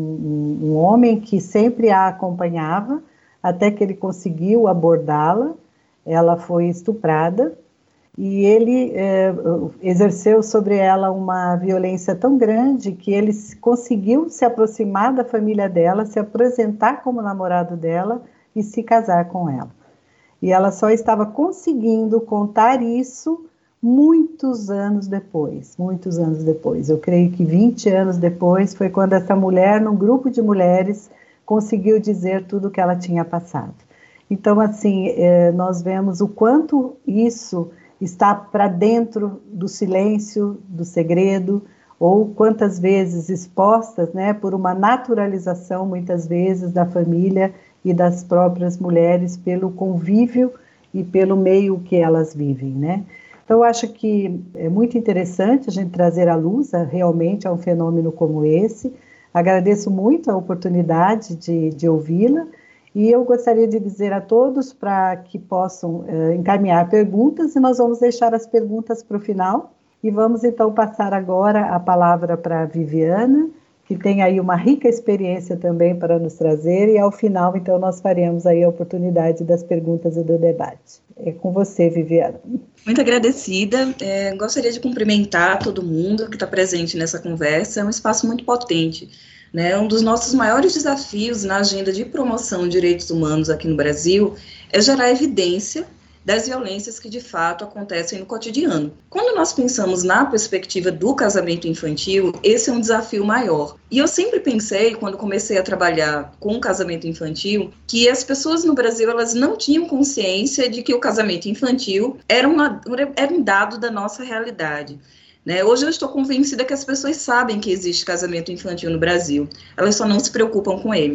um homem que sempre a acompanhava, até que ele conseguiu abordá-la. Ela foi estuprada, e ele exerceu sobre ela uma violência tão grande que ele conseguiu se aproximar da família dela, se apresentar como namorado dela e se casar com ela. E ela só estava conseguindo contar isso muitos anos depois. Eu creio que 20 anos depois foi quando essa mulher, num grupo de mulheres, conseguiu dizer tudo o que ela tinha passado. Então, assim, nós vemos o quanto isso está para dentro do silêncio, do segredo, ou quantas vezes expostas, né, por uma naturalização, muitas vezes, da família e das próprias mulheres, pelo convívio e pelo meio que elas vivem, né? Então, eu acho que é muito interessante a gente trazer à luz realmente a um fenômeno como esse. Agradeço muito a oportunidade de ouvi-la, e eu gostaria de dizer a todos para que possam encaminhar perguntas, e nós vamos deixar as perguntas para o final, e vamos então passar agora a palavra para a Viviana, que tem aí uma rica experiência também para nos trazer, e ao final, então, nós faremos aí a oportunidade das perguntas e do debate. É com você, Viviana. Muito agradecida. Gostaria de cumprimentar todo mundo que está presente nessa conversa. É um espaço muito potente, né? Um dos nossos maiores desafios na agenda de promoção de direitos humanos aqui no Brasil é gerar evidência das violências que de fato acontecem no cotidiano. Quando nós pensamos na perspectiva do casamento infantil, esse é um desafio maior. E eu sempre pensei, quando comecei a trabalhar com o casamento infantil, que as pessoas no Brasil, elas não tinham consciência de que o casamento infantil era um dado da nossa realidade. Né? Hoje eu estou convencida que as pessoas sabem que existe casamento infantil no Brasil, elas só não se preocupam com ele.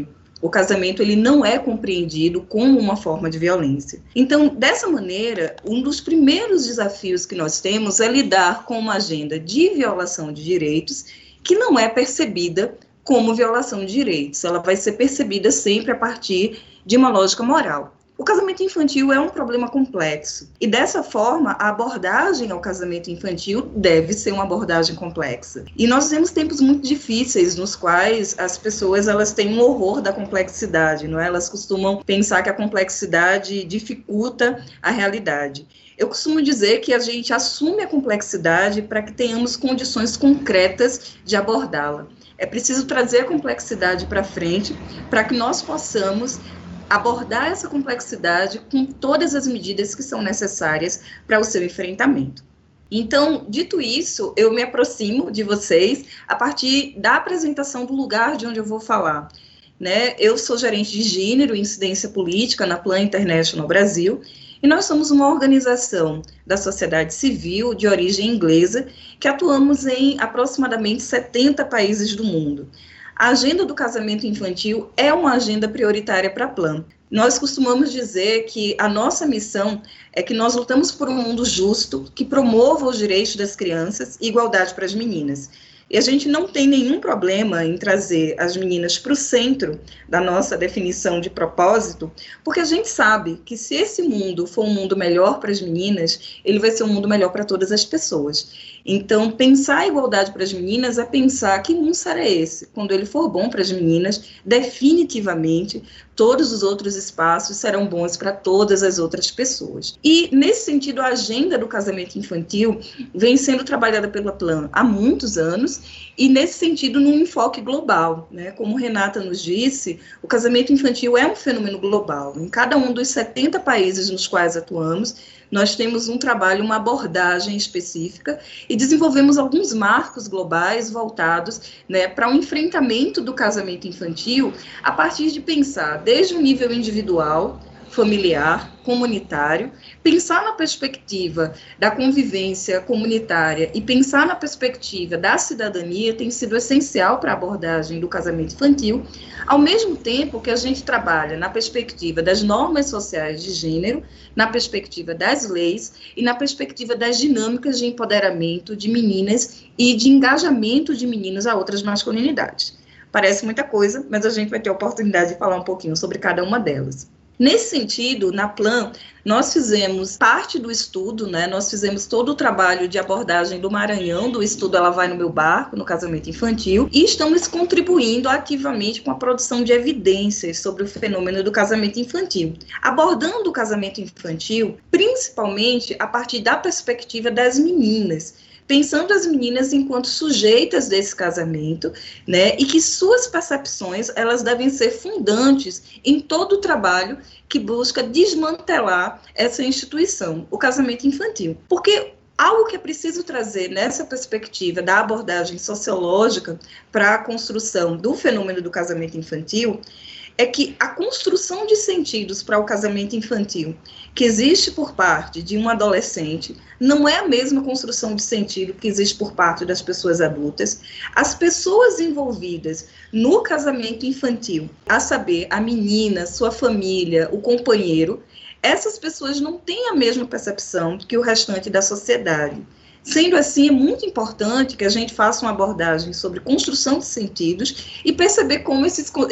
O casamento ele não é compreendido como uma forma de violência. Então, dessa maneira, um dos primeiros desafios que nós temos é lidar com uma agenda de violação de direitos que não é percebida como violação de direitos. Ela vai ser percebida sempre a partir de uma lógica moral. O casamento infantil é um problema complexo e, dessa forma, a abordagem ao casamento infantil deve ser uma abordagem complexa. E nós temos tempos muito difíceis nos quais as pessoas elas têm um horror da complexidade, não é? Elas costumam pensar que a complexidade dificulta a realidade. Eu costumo dizer que a gente assume a complexidade para que tenhamos condições concretas de abordá-la. É preciso trazer a complexidade para frente para que nós possamos abordar essa complexidade com todas as medidas que são necessárias para o seu enfrentamento. Então, dito isso, eu me aproximo de vocês a partir da apresentação do lugar de onde eu vou falar. Né? Eu sou gerente de gênero e incidência política na Plan International Brasil, e nós somos uma organização da sociedade civil de origem inglesa que atuamos em aproximadamente 70 países do mundo. A agenda do casamento infantil é uma agenda prioritária para a Plan. Nós costumamos dizer que a nossa missão é que nós lutamos por um mundo justo, que promova os direitos das crianças e igualdade para as meninas. E a gente não tem nenhum problema em trazer as meninas para o centro da nossa definição de propósito, porque a gente sabe que se esse mundo for um mundo melhor para as meninas, ele vai ser um mundo melhor para todas as pessoas. Então, pensar a igualdade para as meninas é pensar que mundo será esse. Quando ele for bom para as meninas, definitivamente, todos os outros espaços serão bons para todas as outras pessoas. E, nesse sentido, a agenda do casamento infantil vem sendo trabalhada pela Plan há muitos anos, e, nesse sentido, num enfoque global. Né? Como Renata nos disse, o casamento infantil é um fenômeno global. Em cada um dos 70 países nos quais atuamos, nós temos um trabalho, uma abordagem específica e desenvolvemos alguns marcos globais voltados, né, para o enfrentamento do casamento infantil a partir de pensar desde o nível individual, familiar, comunitário, pensar na perspectiva da convivência comunitária e pensar na perspectiva da cidadania tem sido essencial para a abordagem do casamento infantil, ao mesmo tempo que a gente trabalha na perspectiva das normas sociais de gênero, na perspectiva das leis e na perspectiva das dinâmicas de empoderamento de meninas e de engajamento de meninos a outras masculinidades. Parece muita coisa, mas a gente vai ter a oportunidade de falar um pouquinho sobre cada uma delas. Nesse sentido, na Plan, nós fizemos parte do estudo, né? Nós fizemos todo o trabalho de abordagem do Maranhão, do estudo Ela Vai no Meu Barco, no casamento infantil, e estamos contribuindo ativamente com a produção de evidências sobre o fenômeno do casamento infantil, abordando o casamento infantil, principalmente a partir da perspectiva das meninas, pensando as meninas enquanto sujeitas desse casamento, né, e que suas percepções, elas devem ser fundantes em todo o trabalho que busca desmantelar essa instituição, o casamento infantil. Porque algo que é preciso trazer nessa perspectiva da abordagem sociológica para a construção do fenômeno do casamento infantil é que a construção de sentidos para o casamento infantil que existe por parte de um adolescente não é a mesma construção de sentido que existe por parte das pessoas adultas. As pessoas envolvidas no casamento infantil, a saber, a menina, sua família, o companheiro, essas pessoas não têm a mesma percepção que o restante da sociedade. Sendo assim, é muito importante que a gente faça uma abordagem sobre construção de sentidos e perceber como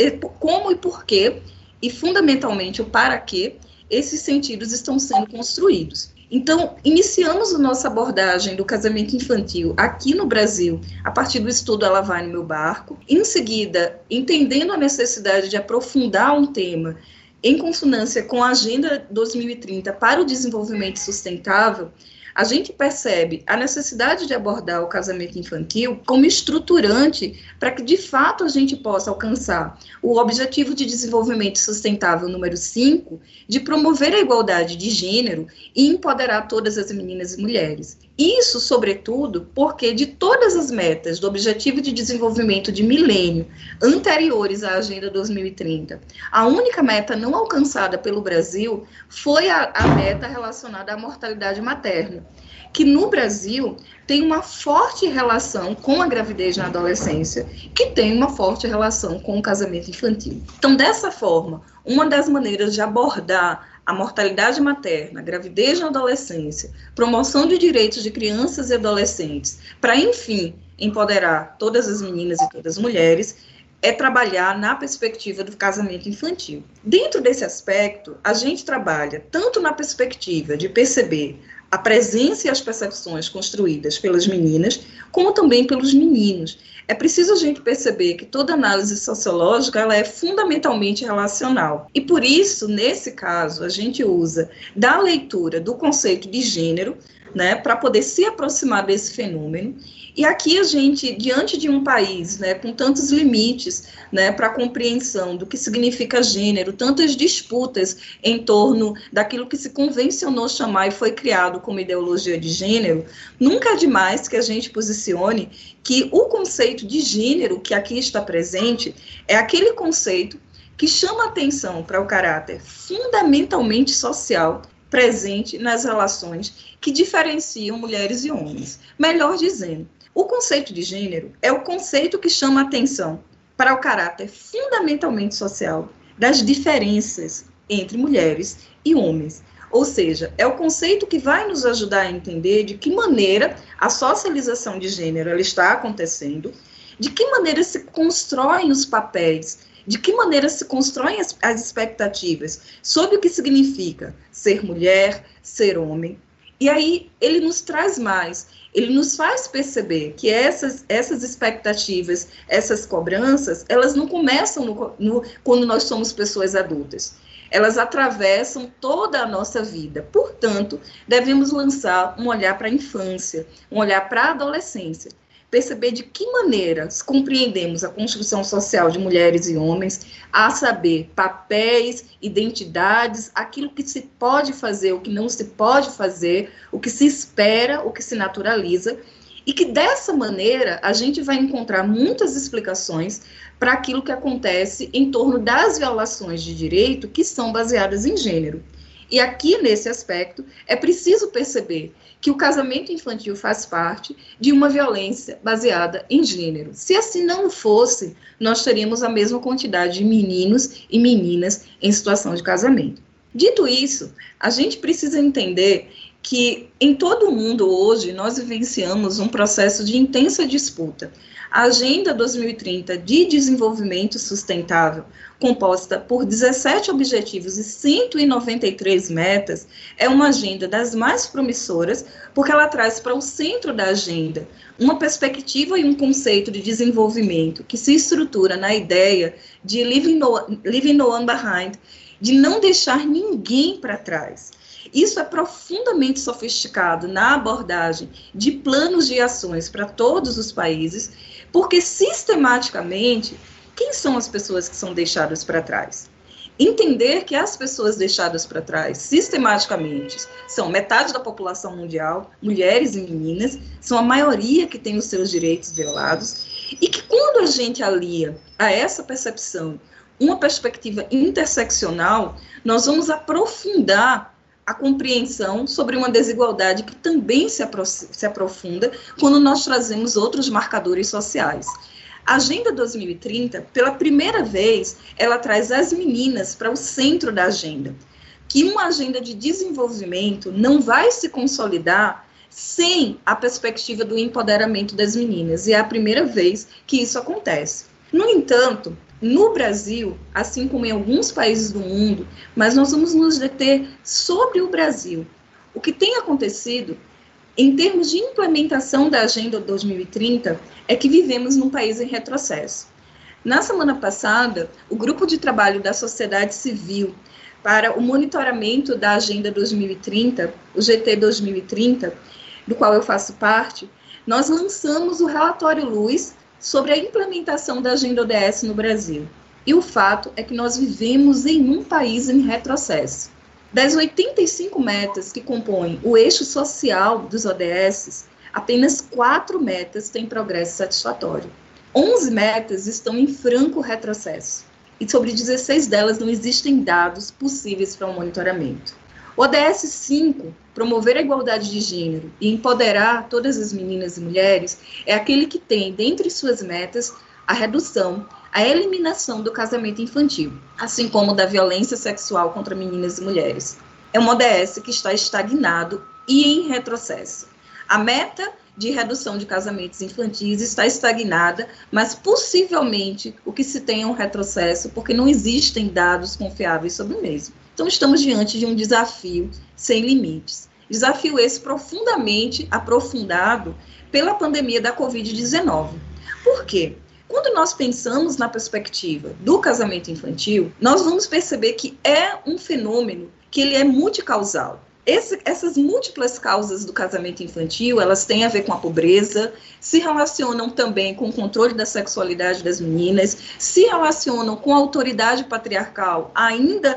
e por quê, e fundamentalmente o para quê, esses sentidos estão sendo construídos. Então, iniciamos a nossa abordagem do casamento infantil aqui no Brasil, a partir do estudo Ela Vai no Meu Barco. Em seguida, entendendo a necessidade de aprofundar um tema em consonância com a Agenda 2030 para o Desenvolvimento Sustentável, a gente percebe a necessidade de abordar o casamento infantil como estruturante para que, de fato, a gente possa alcançar o Objetivo de Desenvolvimento Sustentável número 5, de promover a igualdade de gênero e empoderar todas as meninas e mulheres. Isso, sobretudo, porque de todas as metas do Objetivo de Desenvolvimento de Milênio anteriores à Agenda 2030, a única meta não alcançada pelo Brasil foi a meta relacionada à mortalidade materna. que no Brasil tem uma forte relação com a gravidez na adolescência, que tem uma forte relação com o casamento infantil. Então, dessa forma, uma das maneiras de abordar a mortalidade materna, a gravidez na adolescência, promoção de direitos de crianças e adolescentes, para, enfim, empoderar todas as meninas e todas as mulheres, é trabalhar na perspectiva do casamento infantil. Dentro desse aspecto, a gente trabalha tanto na perspectiva de perceber a presença e as percepções construídas pelas meninas, como também pelos meninos. É preciso a gente perceber que toda análise sociológica ela é fundamentalmente relacional. E por isso, nesse caso, a gente usa da leitura do conceito de gênero, né, para poder se aproximar desse fenômeno. E aqui a gente, diante de um país, né, com tantos limites, né, para a compreensão do que significa gênero, tantas disputas em torno daquilo que se convencionou chamar e foi criado como ideologia de gênero, nunca é demais que a gente posicione que o conceito de gênero que aqui está presente é aquele conceito que chama atenção para o caráter fundamentalmente social presente nas relações que diferenciam mulheres e homens. Melhor dizendo, o conceito de gênero é o conceito que chama atenção para o caráter fundamentalmente social das diferenças entre mulheres e homens. Ou seja, é o conceito que vai nos ajudar a entender de que maneira a socialização de gênero ela está acontecendo, de que maneira se constroem os papéis, de que maneira se constroem as expectativas sobre o que significa ser mulher, ser homem. E aí ele nos traz mais, ele nos faz perceber que essas expectativas, essas cobranças, elas não começam quando nós somos pessoas adultas. Elas atravessam toda a nossa vida. Portanto, devemos lançar um olhar para a infância, um olhar para a adolescência. Perceber de que maneira compreendemos a construção social de mulheres e homens, a saber, papéis, identidades, aquilo que se pode fazer, o que não se pode fazer, o que se espera, o que se naturaliza, e que dessa maneira a gente vai encontrar muitas explicações para aquilo que acontece em torno das violações de direito que são baseadas em gênero. E aqui, nesse aspecto, é preciso perceber que o casamento infantil faz parte de uma violência baseada em gênero. Se assim não fosse, nós teríamos a mesma quantidade de meninos e meninas em situação de casamento. Dito isso, a gente precisa entender que em todo o mundo hoje nós vivenciamos um processo de intensa disputa. A Agenda 2030 de Desenvolvimento Sustentável, composta por 17 objetivos e 193 metas, é uma agenda das mais promissoras, porque ela traz para o centro da agenda uma perspectiva e um conceito de desenvolvimento que se estrutura na ideia de leaving no one behind, de não deixar ninguém para trás. Isso é profundamente sofisticado na abordagem de planos de ações para todos os países, porque sistematicamente, quem são as pessoas que são deixadas para trás? Entender que as pessoas deixadas para trás, sistematicamente, são metade da população mundial, mulheres e meninas, são a maioria que tem os seus direitos violados, e que quando a gente alia a essa percepção uma perspectiva interseccional, nós vamos aprofundar a compreensão sobre uma desigualdade que também se aprofunda quando nós trazemos outros marcadores sociais. A Agenda 2030, pela primeira vez, ela traz as meninas para o centro da agenda, que uma agenda de desenvolvimento não vai se consolidar sem a perspectiva do empoderamento das meninas, e é a primeira vez que isso acontece. No entanto, no Brasil, assim como em alguns países do mundo, mas nós vamos nos deter sobre o Brasil. O que tem acontecido, em termos de implementação da Agenda 2030, é que vivemos num país em retrocesso. Na semana passada, o Grupo de Trabalho da Sociedade Civil para o monitoramento da Agenda 2030, o GT 2030, do qual eu faço parte, nós lançamos o relatório Luz sobre a implementação da Agenda ODS no Brasil. E o fato é que nós vivemos em um país em retrocesso. Das 85 metas que compõem o eixo social dos ODS, apenas 4 metas têm progresso satisfatório. 11 metas estão em franco retrocesso. E sobre 16 delas não existem dados possíveis para o monitoramento. O ODS 5, promover a igualdade de gênero e empoderar todas as meninas e mulheres, é aquele que tem, dentre suas metas, a redução, a eliminação do casamento infantil, assim como da violência sexual contra meninas e mulheres. É um ODS que está estagnado e em retrocesso. A meta de redução de casamentos infantis está estagnada, mas possivelmente o que se tem é um retrocesso, porque não existem dados confiáveis sobre o mesmo. Então, estamos diante de um desafio sem limites. Desafio esse profundamente aprofundado pela pandemia da Covid-19. Por quê? Quando nós pensamos na perspectiva do casamento infantil, nós vamos perceber que é um fenômeno que ele é multicausal. Essas múltiplas causas do casamento infantil, elas têm a ver com a pobreza, se relacionam também com o controle da sexualidade das meninas, se relacionam com a autoridade patriarcal ainda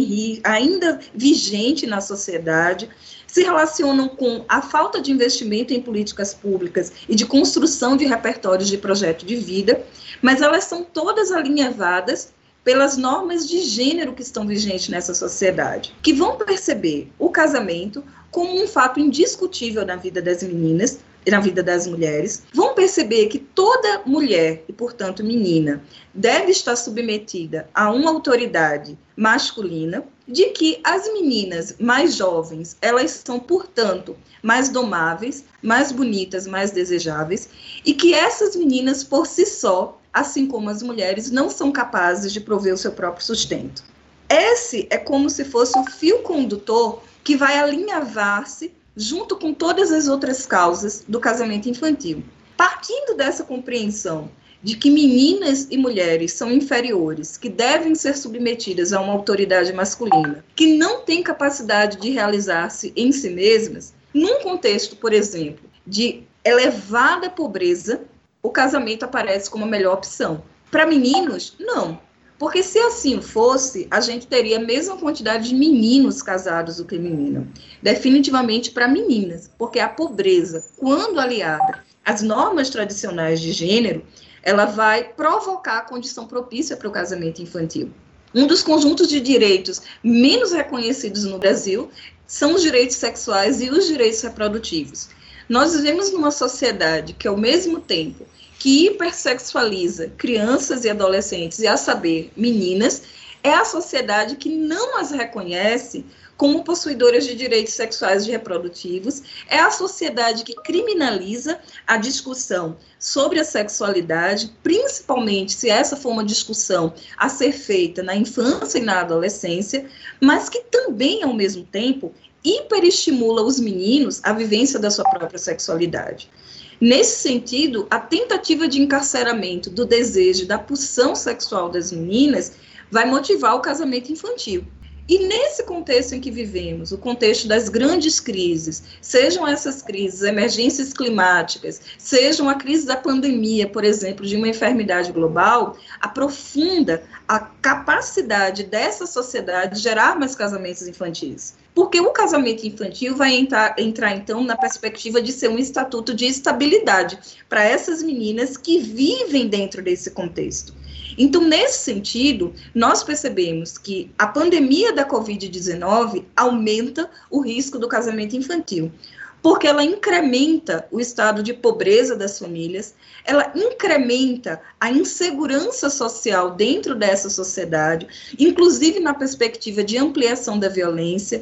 vigente na sociedade, se relacionam com a falta de investimento em políticas públicas e de construção de repertórios de projeto de vida, mas elas são todas alinhavadas pelas normas de gênero que estão vigentes nessa sociedade, que vão perceber o casamento como um fato indiscutível na vida das meninas e na vida das mulheres, vão perceber que toda mulher, e portanto menina, deve estar submetida a uma autoridade masculina, de que as meninas mais jovens, elas são, portanto, mais domáveis, mais bonitas, mais desejáveis, e que essas meninas, por si só, assim como as mulheres, não são capazes de prover o seu próprio sustento. Esse é como se fosse o fio condutor que vai alinhavar-se junto com todas as outras causas do casamento infantil. Partindo dessa compreensão de que meninas e mulheres são inferiores, que devem ser submetidas a uma autoridade masculina, que não têm capacidade de realizar-se em si mesmas, num contexto, por exemplo, de elevada pobreza, o casamento aparece como a melhor opção. Para meninos, não. Porque se assim fosse, a gente teria a mesma quantidade de meninos casados do que meninas. Definitivamente para meninas, porque a pobreza, quando aliada às normas tradicionais de gênero, ela vai provocar a condição propícia para o casamento infantil. Um dos conjuntos de direitos menos reconhecidos no Brasil são os direitos sexuais e os direitos reprodutivos. Nós vivemos numa sociedade que, ao mesmo tempo que hipersexualiza crianças e adolescentes, e a saber, meninas, é a sociedade que não as reconhece como possuidoras de direitos sexuais e reprodutivos, é a sociedade que criminaliza a discussão sobre a sexualidade, principalmente se essa for uma discussão a ser feita na infância e na adolescência, mas que também, ao mesmo tempo, hiperestimula os meninos à vivência da sua própria sexualidade. Nesse sentido, a tentativa de encarceramento do desejo da pulsão sexual das meninas vai motivar o casamento infantil. E nesse contexto em que vivemos, o contexto das grandes crises, sejam essas crises, emergências climáticas, sejam a crise da pandemia, por exemplo, de uma enfermidade global, aprofunda a capacidade dessa sociedade de gerar mais casamentos infantis. Porque o casamento infantil vai entrar, então, na perspectiva de ser um estatuto de estabilidade para essas meninas que vivem dentro desse contexto. Então, nesse sentido, nós percebemos que a pandemia da Covid-19 aumenta o risco do casamento infantil, porque ela incrementa o estado de pobreza das famílias, ela incrementa a insegurança social dentro dessa sociedade, inclusive na perspectiva de ampliação da violência,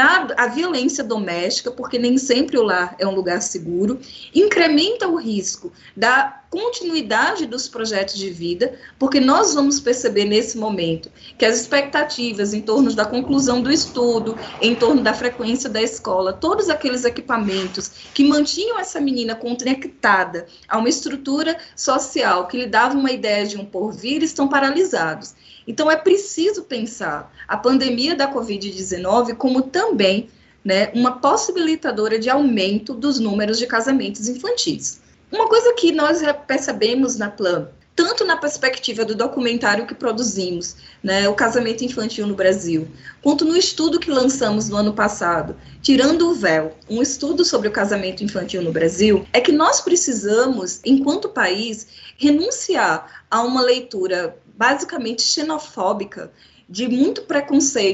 a violência doméstica, porque nem sempre o lar é um lugar seguro, incrementa o risco da continuidade dos projetos de vida, porque nós vamos perceber nesse momento que as expectativas em torno da conclusão do estudo, em torno da frequência da escola, todos aqueles equipamentos que mantinham essa menina conectada a uma estrutura social que lhe dava uma ideia de um porvir, estão paralisados. Então é preciso pensar a pandemia da Covid-19 como também, né, uma possibilitadora de aumento dos números de casamentos infantis. Uma coisa que nós percebemos na Plan, tanto na perspectiva do documentário que produzimos, né, o casamento infantil no Brasil, quanto no estudo que lançamos no ano passado, Tirando o Véu, um estudo sobre o casamento infantil no Brasil, é que nós precisamos, enquanto país, renunciar a uma leitura basicamente xenofóbica, de muito preconceito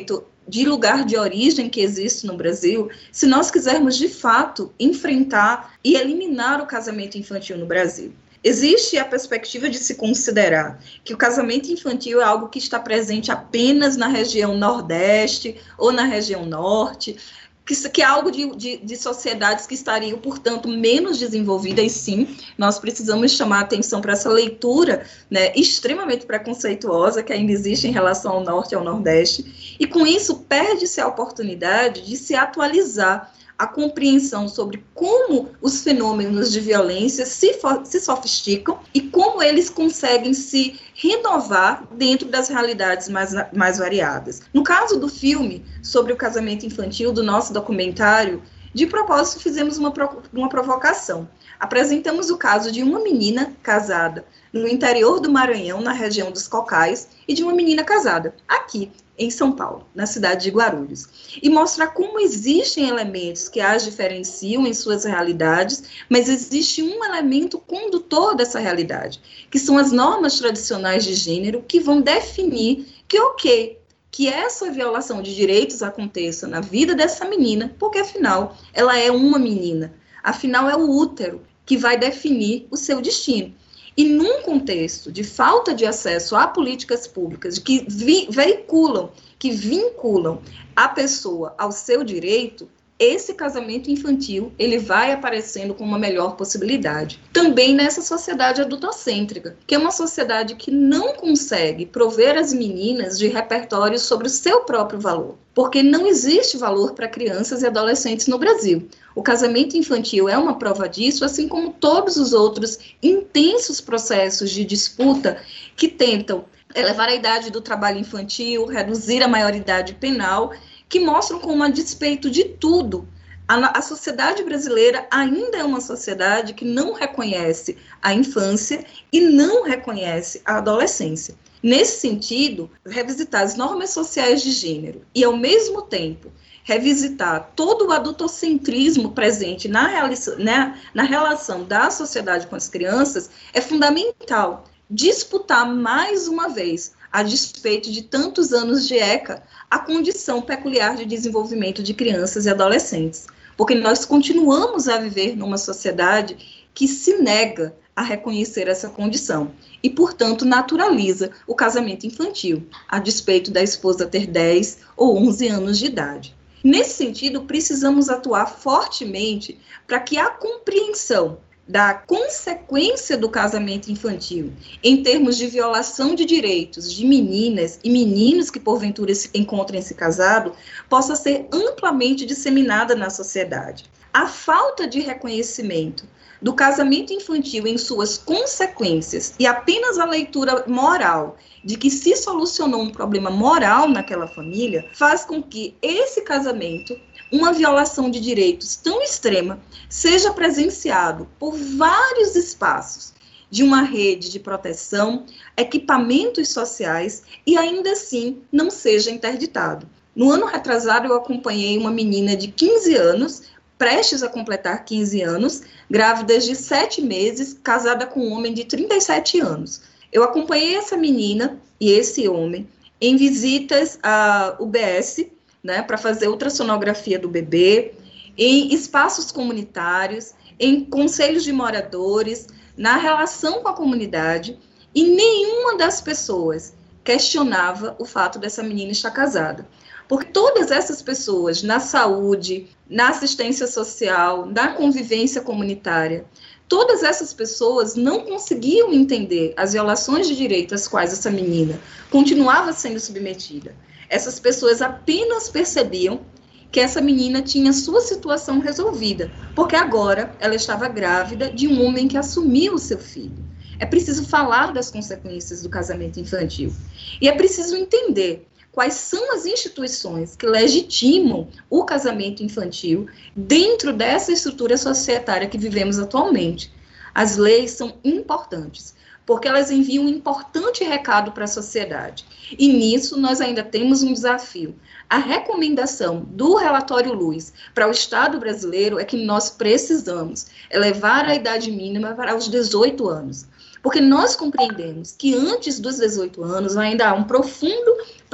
de lugar de origem que existe no Brasil, se nós quisermos, de fato, enfrentar e eliminar o casamento infantil no Brasil. Existe a perspectiva de se considerar que o casamento infantil é algo que está presente apenas na região Nordeste ou na região Norte, que é algo de sociedades que estariam, portanto, menos desenvolvidas. Sim, nós precisamos chamar a atenção para essa leitura, né, extremamente preconceituosa que ainda existe em relação ao Norte e ao Nordeste, e com isso perde-se a oportunidade de se atualizar a compreensão sobre como os fenômenos de violência se sofisticam e como eles conseguem se renovar dentro das realidades mais variadas. No caso do filme sobre o casamento infantil, do nosso documentário, de propósito fizemos uma provocação. Apresentamos o caso de uma menina casada no interior do Maranhão, na região dos Cocais, e de uma menina casada aqui, em São Paulo, na cidade de Guarulhos, e mostrar como existem elementos que as diferenciam em suas realidades, mas existe um elemento condutor dessa realidade, que são as normas tradicionais de gênero, que vão definir que essa violação de direitos aconteça na vida dessa menina, porque afinal ela é uma menina, afinal é o útero que vai definir o seu destino. E num contexto de falta de acesso a políticas públicas que vinculam a pessoa ao seu direito, esse casamento infantil ele vai aparecendo como uma melhor possibilidade. Também nessa sociedade adultocêntrica, que é uma sociedade que não consegue prover as meninas de repertórios sobre o seu próprio valor, porque não existe valor para crianças e adolescentes no Brasil. O casamento infantil é uma prova disso, assim como todos os outros intensos processos de disputa que tentam elevar a idade do trabalho infantil, reduzir a maioridade penal, que mostram como, a despeito de tudo, a sociedade brasileira ainda é uma sociedade que não reconhece a infância e não reconhece a adolescência. Nesse sentido, revisitar as normas sociais de gênero e, ao mesmo tempo, revisitar todo o adultocentrismo presente na relação da sociedade com as crianças é fundamental. Disputar mais uma vez, a despeito de tantos anos de ECA, a condição peculiar de desenvolvimento de crianças e adolescentes. Porque nós continuamos a viver numa sociedade que se nega a reconhecer essa condição e, portanto, naturaliza o casamento infantil, a despeito da esposa ter 10 ou 11 anos de idade. Nesse sentido, precisamos atuar fortemente para que a compreensão da consequência do casamento infantil, em termos de violação de direitos de meninas e meninos que porventura se encontrem-se casados, possa ser amplamente disseminada na sociedade. A falta de reconhecimento do casamento infantil em suas consequências e apenas a leitura moral de que se solucionou um problema moral naquela família, faz com que esse casamento, uma violação de direitos tão extrema, seja presenciado por vários espaços de uma rede de proteção, equipamentos sociais e ainda assim não seja interditado. No ano retrasado eu acompanhei uma menina de 15 anos, prestes a completar 15 anos, grávida de 7 meses, casada com um homem de 37 anos. Eu acompanhei essa menina e esse homem em visitas à UBS, né, para fazer ultrassonografia do bebê, em espaços comunitários, em conselhos de moradores, na relação com a comunidade, e nenhuma das pessoas questionava o fato dessa menina estar casada. Porque todas essas pessoas, na saúde, na assistência social, na convivência comunitária, todas essas pessoas não conseguiam entender as violações de direito às quais essa menina continuava sendo submetida. Essas pessoas apenas percebiam que essa menina tinha sua situação resolvida, porque agora ela estava grávida de um homem que assumiu o seu filho. É preciso falar das consequências do casamento infantil. E é preciso entender quais são as instituições que legitimam o casamento infantil dentro dessa estrutura societária que vivemos atualmente. As leis são importantes, porque elas enviam um importante recado para a sociedade. E nisso nós ainda temos um desafio. A recomendação do relatório Luiz para o Estado brasileiro é que nós precisamos elevar a idade mínima para os 18 anos. Porque nós compreendemos que antes dos 18 anos ainda há um profundo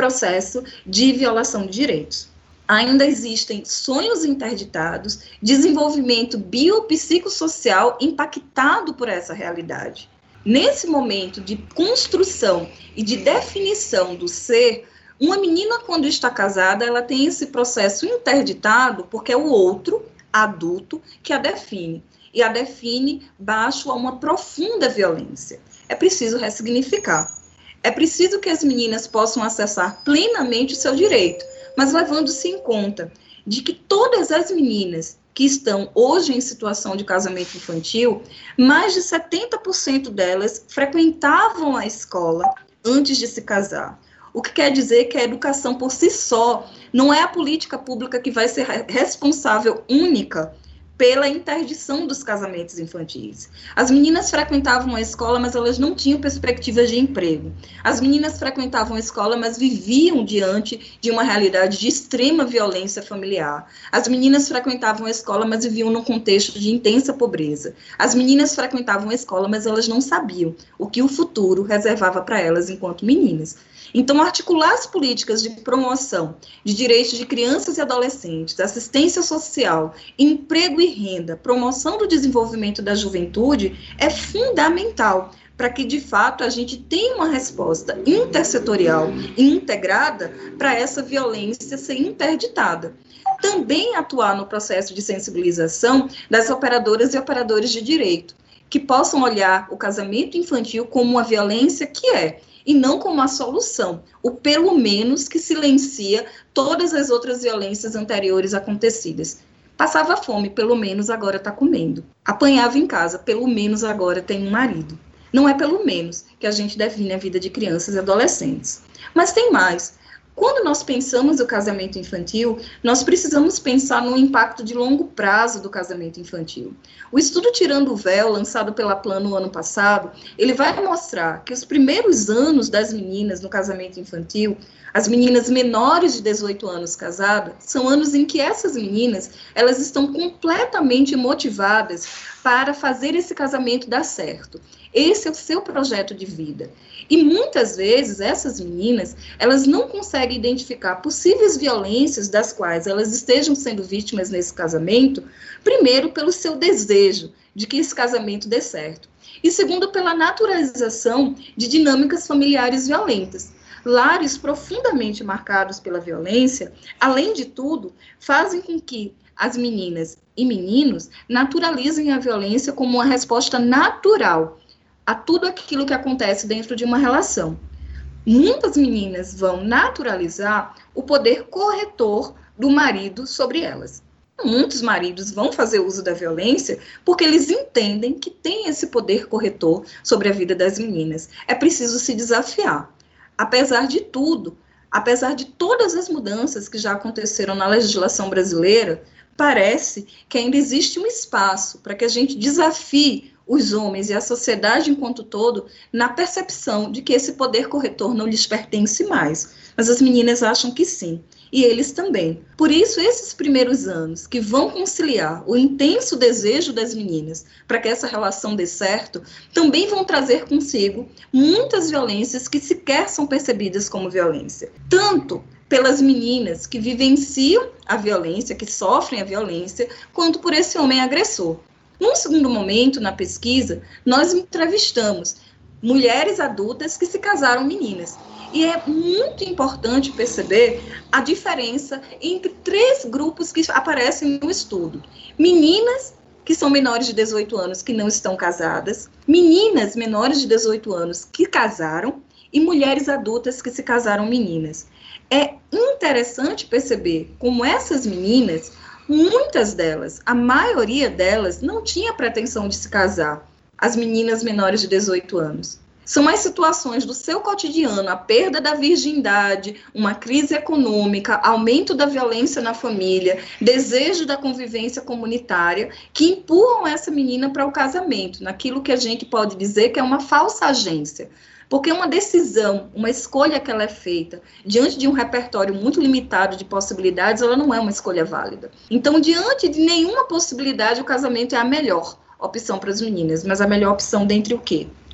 processo de violação de direitos. Ainda existem sonhos interditados, desenvolvimento biopsicossocial impactado por essa realidade. Nesse momento de construção e de definição do ser, uma menina, quando está casada, ela tem esse processo interditado porque é o outro, adulto, que a define. E a define baixo a uma profunda violência. É preciso ressignificar. É preciso que as meninas possam acessar plenamente o seu direito, mas levando-se em conta de que todas as meninas que estão hoje em situação de casamento infantil, mais de 70% delas frequentavam a escola antes de se casar. O que quer dizer que a educação por si só não é a política pública que vai ser responsável única pela interdição dos casamentos infantis. As meninas frequentavam a escola, mas elas não tinham perspectivas de emprego. As meninas frequentavam a escola, mas viviam diante de uma realidade de extrema violência familiar. As meninas frequentavam a escola, mas viviam num contexto de intensa pobreza. As meninas frequentavam a escola, mas elas não sabiam o que o futuro reservava para elas enquanto meninas. Então, articular as políticas de promoção de direitos de crianças e adolescentes, assistência social, emprego e renda, promoção do desenvolvimento da juventude é fundamental para que, de fato, a gente tenha uma resposta intersetorial e integrada para essa violência ser interditada. Também atuar no processo de sensibilização das operadoras e operadores de direito, que possam olhar o casamento infantil como uma violência que é, e não como a solução, ou pelo menos que silencia todas as outras violências anteriores acontecidas. Passava fome, pelo menos agora está comendo. Apanhava em casa, pelo menos agora tem um marido. Não é pelo menos que a gente define a vida de crianças e adolescentes. Mas tem mais. Quando nós pensamos o casamento infantil, nós precisamos pensar no impacto de longo prazo do casamento infantil. O estudo Tirando o Véu, lançado pela Plano no ano passado, ele vai mostrar que os primeiros anos das meninas no casamento infantil, as meninas menores de 18 anos casadas, são anos em que essas meninas, elas estão completamente motivadas para fazer esse casamento dar certo. Esse é o seu projeto de vida. E muitas vezes essas meninas, elas não conseguem identificar possíveis violências das quais elas estejam sendo vítimas nesse casamento, primeiro pelo seu desejo de que esse casamento dê certo, e segundo pela naturalização de dinâmicas familiares violentas. Lares profundamente marcados pela violência, além de tudo, fazem com que as meninas e meninos naturalizem a violência como uma resposta natural a tudo aquilo que acontece dentro de uma relação. Muitas meninas vão naturalizar o poder corretor do marido sobre elas. Muitos maridos vão fazer uso da violência porque eles entendem que tem esse poder corretor sobre a vida das meninas. É preciso se desafiar. Apesar de tudo, apesar de todas as mudanças que já aconteceram na legislação brasileira, parece que ainda existe um espaço para que a gente desafie os homens e a sociedade enquanto todo na percepção de que esse poder corretor não lhes pertence mais. Mas as meninas acham que sim, e eles também. Por isso, esses primeiros anos que vão conciliar o intenso desejo das meninas para que essa relação dê certo, também vão trazer consigo muitas violências que sequer são percebidas como violência. Tanto pelas meninas que vivenciam a violência, que sofrem a violência, quanto por esse homem agressor. Num segundo momento, na pesquisa, nós entrevistamos mulheres adultas que se casaram meninas. E é muito importante perceber a diferença entre 3 grupos que aparecem no estudo. Meninas que são menores de 18 anos que não estão casadas, meninas menores de 18 anos que casaram e mulheres adultas que se casaram meninas. É interessante perceber como essas meninas, muitas delas, a maioria delas, não tinha pretensão de se casar, as meninas menores de 18 anos. São as situações do seu cotidiano, a perda da virgindade, uma crise econômica, aumento da violência na família, desejo da convivência comunitária, que empurram essa menina para o casamento, naquilo que a gente pode dizer que é uma falsa agência. Porque uma decisão, uma escolha que ela é feita diante de um repertório muito limitado de possibilidades, ela não é uma escolha válida. Então, diante de nenhuma possibilidade, o casamento é a melhor opção para as meninas. Mas a melhor opção dentre o quê?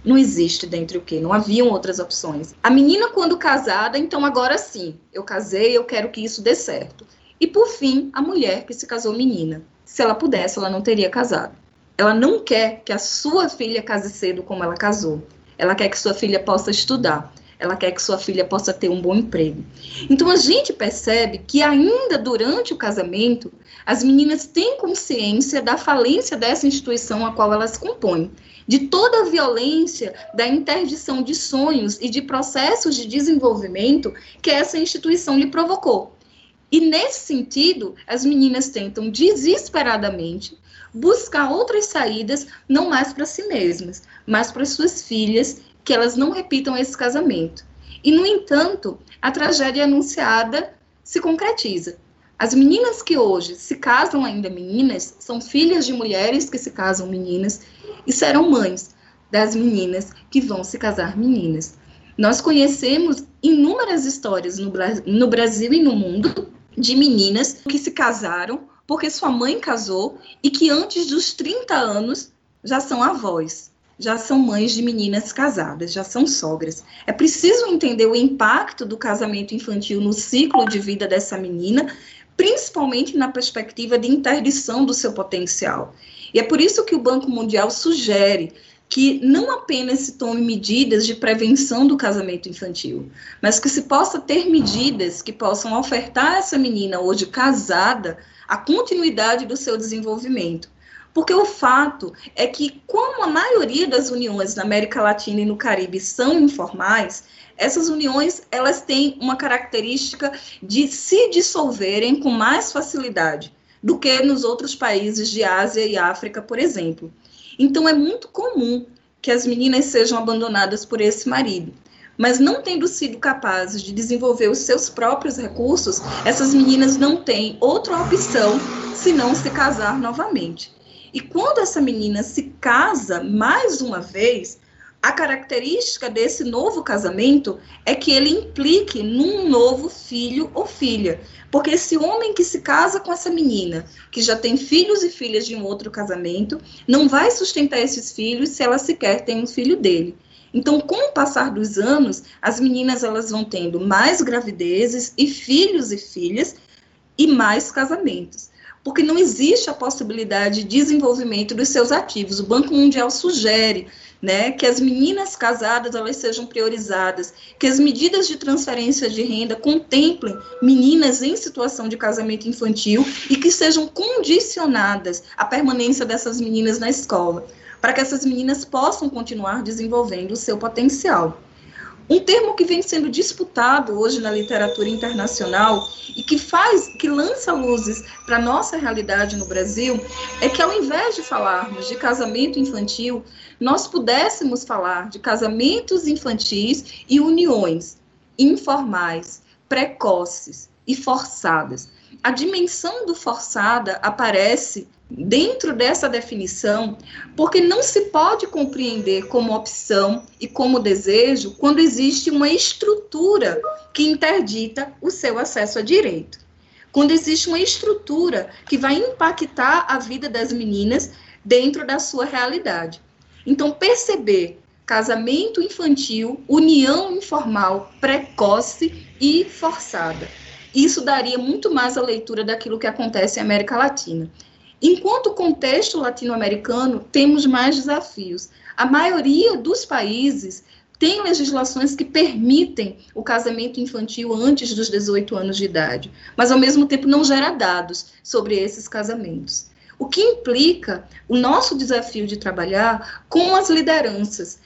Não existe dentre o quê? Não haviam outras opções. A menina, quando casada, então agora sim, eu casei, eu quero que isso dê certo. E, por fim, a mulher que se casou menina. Se ela pudesse, ela não teria casado. Ela não quer que a sua filha case cedo como ela casou. Ela quer que sua filha possa estudar. Ela quer que sua filha possa ter um bom emprego. Então, a gente percebe que ainda durante o casamento, as meninas têm consciência da falência dessa instituição a qual elas compõem, de toda a violência da interdição de sonhos e de processos de desenvolvimento que essa instituição lhe provocou. E, nesse sentido, as meninas tentam desesperadamente buscar outras saídas, não mais para si mesmas, mas para suas filhas, que elas não repitam esse casamento. E, no entanto, a tragédia anunciada se concretiza. As meninas que hoje se casam ainda meninas, são filhas de mulheres que se casam meninas e serão mães das meninas que vão se casar meninas. Nós conhecemos inúmeras histórias no Brasil e no mundo de meninas que se casaram porque sua mãe casou e que antes dos 30 anos já são avós, já são mães de meninas casadas, já são sogras. É preciso entender o impacto do casamento infantil no ciclo de vida dessa menina, principalmente na perspectiva de interdição do seu potencial. E é por isso que o Banco Mundial sugere que não apenas se tome medidas de prevenção do casamento infantil, mas que se possa ter medidas que possam ofertar a essa menina hoje casada a continuidade do seu desenvolvimento. Porque o fato é que, como a maioria das uniões na América Latina e no Caribe são informais, essas uniões elas têm uma característica de se dissolverem com mais facilidade do que nos outros países de Ásia e África, por exemplo. Então, é muito comum que as meninas sejam abandonadas por esse marido. Mas não tendo sido capazes de desenvolver os seus próprios recursos, essas meninas não têm outra opção senão se casar novamente. E quando essa menina se casa mais uma vez, a característica desse novo casamento é que ele implique num novo filho ou filha. Porque esse homem que se casa com essa menina, que já tem filhos e filhas de um outro casamento, não vai sustentar esses filhos se ela sequer tem um filho dele. Então, com o passar dos anos, as meninas elas vão tendo mais gravidezes e filhos e filhas e mais casamentos. Porque não existe a possibilidade de desenvolvimento dos seus ativos. O Banco Mundial sugere, né, que as meninas casadas elas sejam priorizadas, que as medidas de transferência de renda contemplem meninas em situação de casamento infantil e que sejam condicionadas à permanência dessas meninas na escola, para que essas meninas possam continuar desenvolvendo o seu potencial. Um termo que vem sendo disputado hoje na literatura internacional e que lança luzes para a nossa realidade no Brasil é que, ao invés de falarmos de casamento infantil, nós pudéssemos falar de casamentos infantis e uniões informais, precoces e forçadas. A dimensão do forçada aparece dentro dessa definição, porque não se pode compreender como opção e como desejo quando existe uma estrutura que interdita o seu acesso a direito. Quando existe uma estrutura que vai impactar a vida das meninas dentro da sua realidade. Então, perceber casamento infantil, união informal, precoce e forçada. Isso daria muito mais a leitura daquilo que acontece em América Latina. Enquanto contexto latino-americano, temos mais desafios. A maioria dos países tem legislações que permitem o casamento infantil antes dos 18 anos de idade, mas, ao mesmo tempo, não gera dados sobre esses casamentos. O que implica o nosso desafio de trabalhar com as lideranças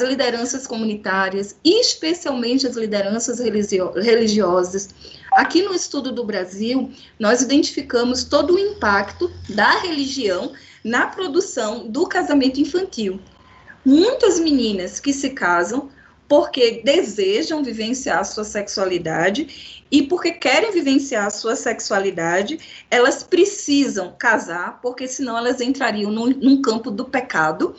comunitárias e, especialmente, as lideranças religiosas. Aqui no estudo do Brasil, nós identificamos todo o impacto da religião na produção do casamento infantil. Muitas meninas que se casam porque desejam vivenciar a sua sexualidade e porque querem vivenciar a sua sexualidade, elas precisam casar, porque senão elas entrariam num campo do pecado.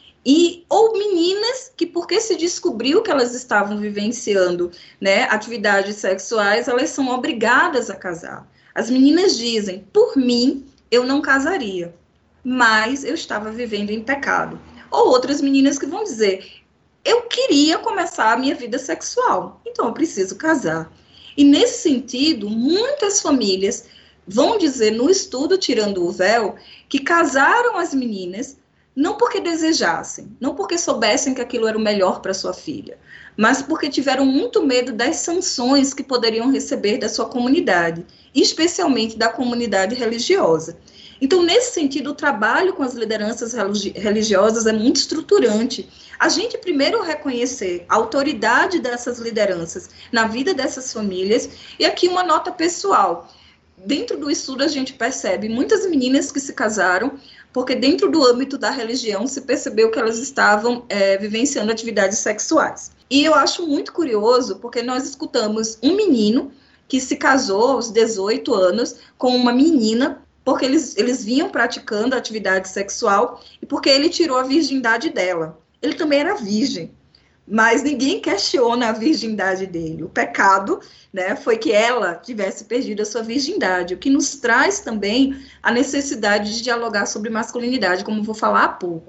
Ou meninas que, porque se descobriu que elas estavam vivenciando, né, atividades sexuais, elas são obrigadas a casar. As meninas dizem, por mim, eu não casaria, mas eu estava vivendo em pecado. Ou outras meninas que vão dizer, eu queria começar a minha vida sexual, então eu preciso casar. E nesse sentido, muitas famílias vão dizer no estudo Tirando o Véu que casaram as meninas não porque desejassem, não porque soubessem que aquilo era o melhor para sua filha, mas porque tiveram muito medo das sanções que poderiam receber da sua comunidade, especialmente da comunidade religiosa. Então, nesse sentido, o trabalho com as lideranças religiosas é muito estruturante. A gente primeiro reconhecer a autoridade dessas lideranças na vida dessas famílias, e aqui uma nota pessoal. Dentro do estudo a gente percebe muitas meninas que se casaram porque dentro do âmbito da religião se percebeu que elas estavam vivenciando atividades sexuais. E eu acho muito curioso porque nós escutamos um menino que se casou aos 18 anos com uma menina porque eles vinham praticando atividade sexual e porque ele tirou a virgindade dela. Ele também era virgem, mas ninguém questiona a virgindade dele. O pecado, né, foi que ela tivesse perdido a sua virgindade, o que nos traz também a necessidade de dialogar sobre masculinidade, como vou falar há pouco.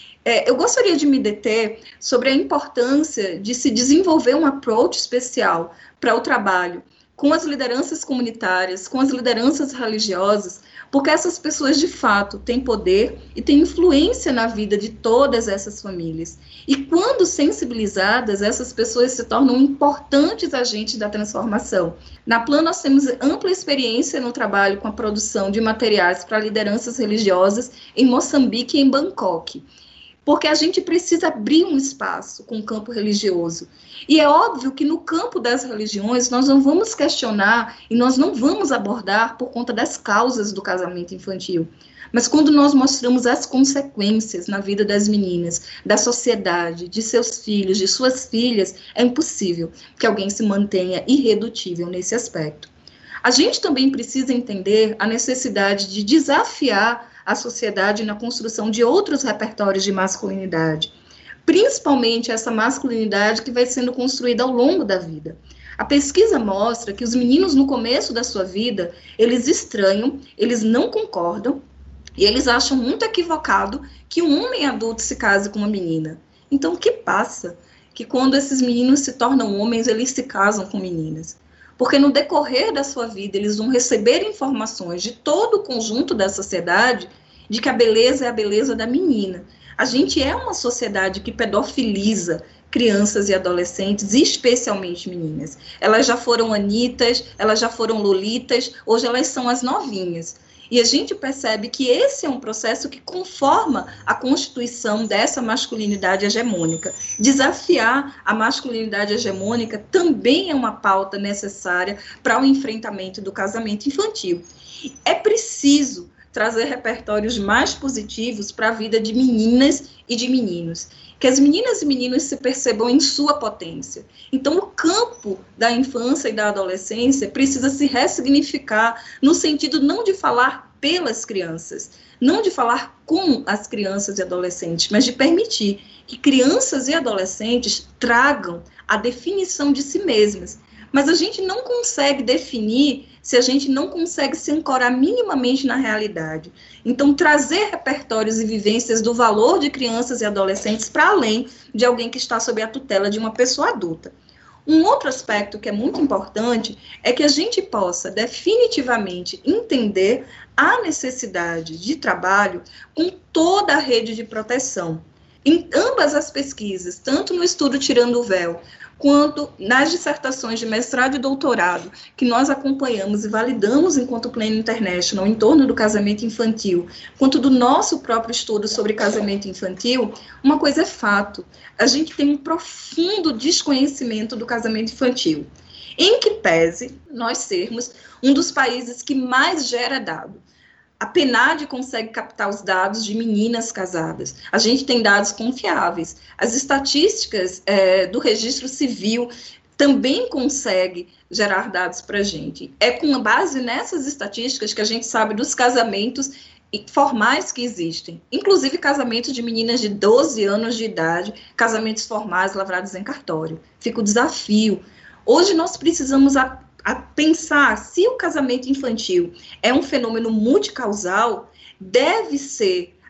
Eu gostaria de me deter sobre a importância de se desenvolver um approach especial para o trabalho com as lideranças comunitárias, com as lideranças religiosas, porque essas pessoas, de fato, têm poder e têm influência na vida de todas essas famílias. E quando sensibilizadas, essas pessoas se tornam importantes agentes da transformação. Na Plan, nós temos ampla experiência no trabalho com a produção de materiais para lideranças religiosas em Moçambique e em Bangkok, porque a gente precisa abrir um espaço com o campo religioso. E é óbvio que no campo das religiões nós não vamos questionar e nós não vamos abordar por conta das causas do casamento infantil. Mas quando nós mostramos as consequências na vida das meninas, da sociedade, de seus filhos, de suas filhas, é impossível que alguém se mantenha irredutível nesse aspecto. A gente também precisa entender a necessidade de desafiar a sociedade na construção de outros repertórios de masculinidade, principalmente essa masculinidade que vai sendo construída ao longo da vida. A pesquisa mostra que os meninos, no começo da sua vida, eles estranham, eles não concordam, e eles acham muito equivocado que um homem adulto se case com uma menina. Então, o que passa? Que quando esses meninos se tornam homens, eles se casam com meninas. Porque no decorrer da sua vida, eles vão receber informações de todo o conjunto da sociedade de que a beleza é a beleza da menina. A gente é uma sociedade que pedofiliza crianças e adolescentes, especialmente meninas. Elas já foram Anitas, elas já foram Lolitas, hoje elas são as novinhas. E a gente percebe que esse é um processo que conforma a constituição dessa masculinidade hegemônica. Desafiar a masculinidade hegemônica também é uma pauta necessária para o enfrentamento do casamento infantil. É preciso trazer repertórios mais positivos para a vida de meninas e de meninos. Que as meninas e meninos se percebam em sua potência. Então, o campo da infância e da adolescência precisa se ressignificar no sentido não de falar pelas crianças, não de falar com as crianças e adolescentes, mas de permitir que crianças e adolescentes tragam a definição de si mesmas. Mas a gente não consegue definir se a gente não consegue se ancorar minimamente na realidade. Então, trazer repertórios e vivências do valor de crianças e adolescentes para além de alguém que está sob a tutela de uma pessoa adulta. Um outro aspecto que é muito importante é que a gente possa definitivamente entender a necessidade de trabalho com toda a rede de proteção. Em ambas as pesquisas, tanto no estudo Tirando o Véu, quanto nas dissertações de mestrado e doutorado, que nós acompanhamos e validamos enquanto Plan International em torno do casamento infantil, quanto do nosso próprio estudo sobre casamento infantil, uma coisa é fato: a gente tem um profundo desconhecimento do casamento infantil, em que pese nós sermos um dos países que mais gera dado. A PNAD consegue captar os dados de meninas casadas. A gente tem dados confiáveis. As estatísticas do registro civil também consegue gerar dados para a gente. É com base nessas estatísticas que a gente sabe dos casamentos formais que existem. Inclusive casamentos de meninas de 12 anos de idade, casamentos formais lavrados em cartório. Fica o desafio. Hoje nós precisamos a pensar se o casamento infantil é um fenômeno multicausal, deve ser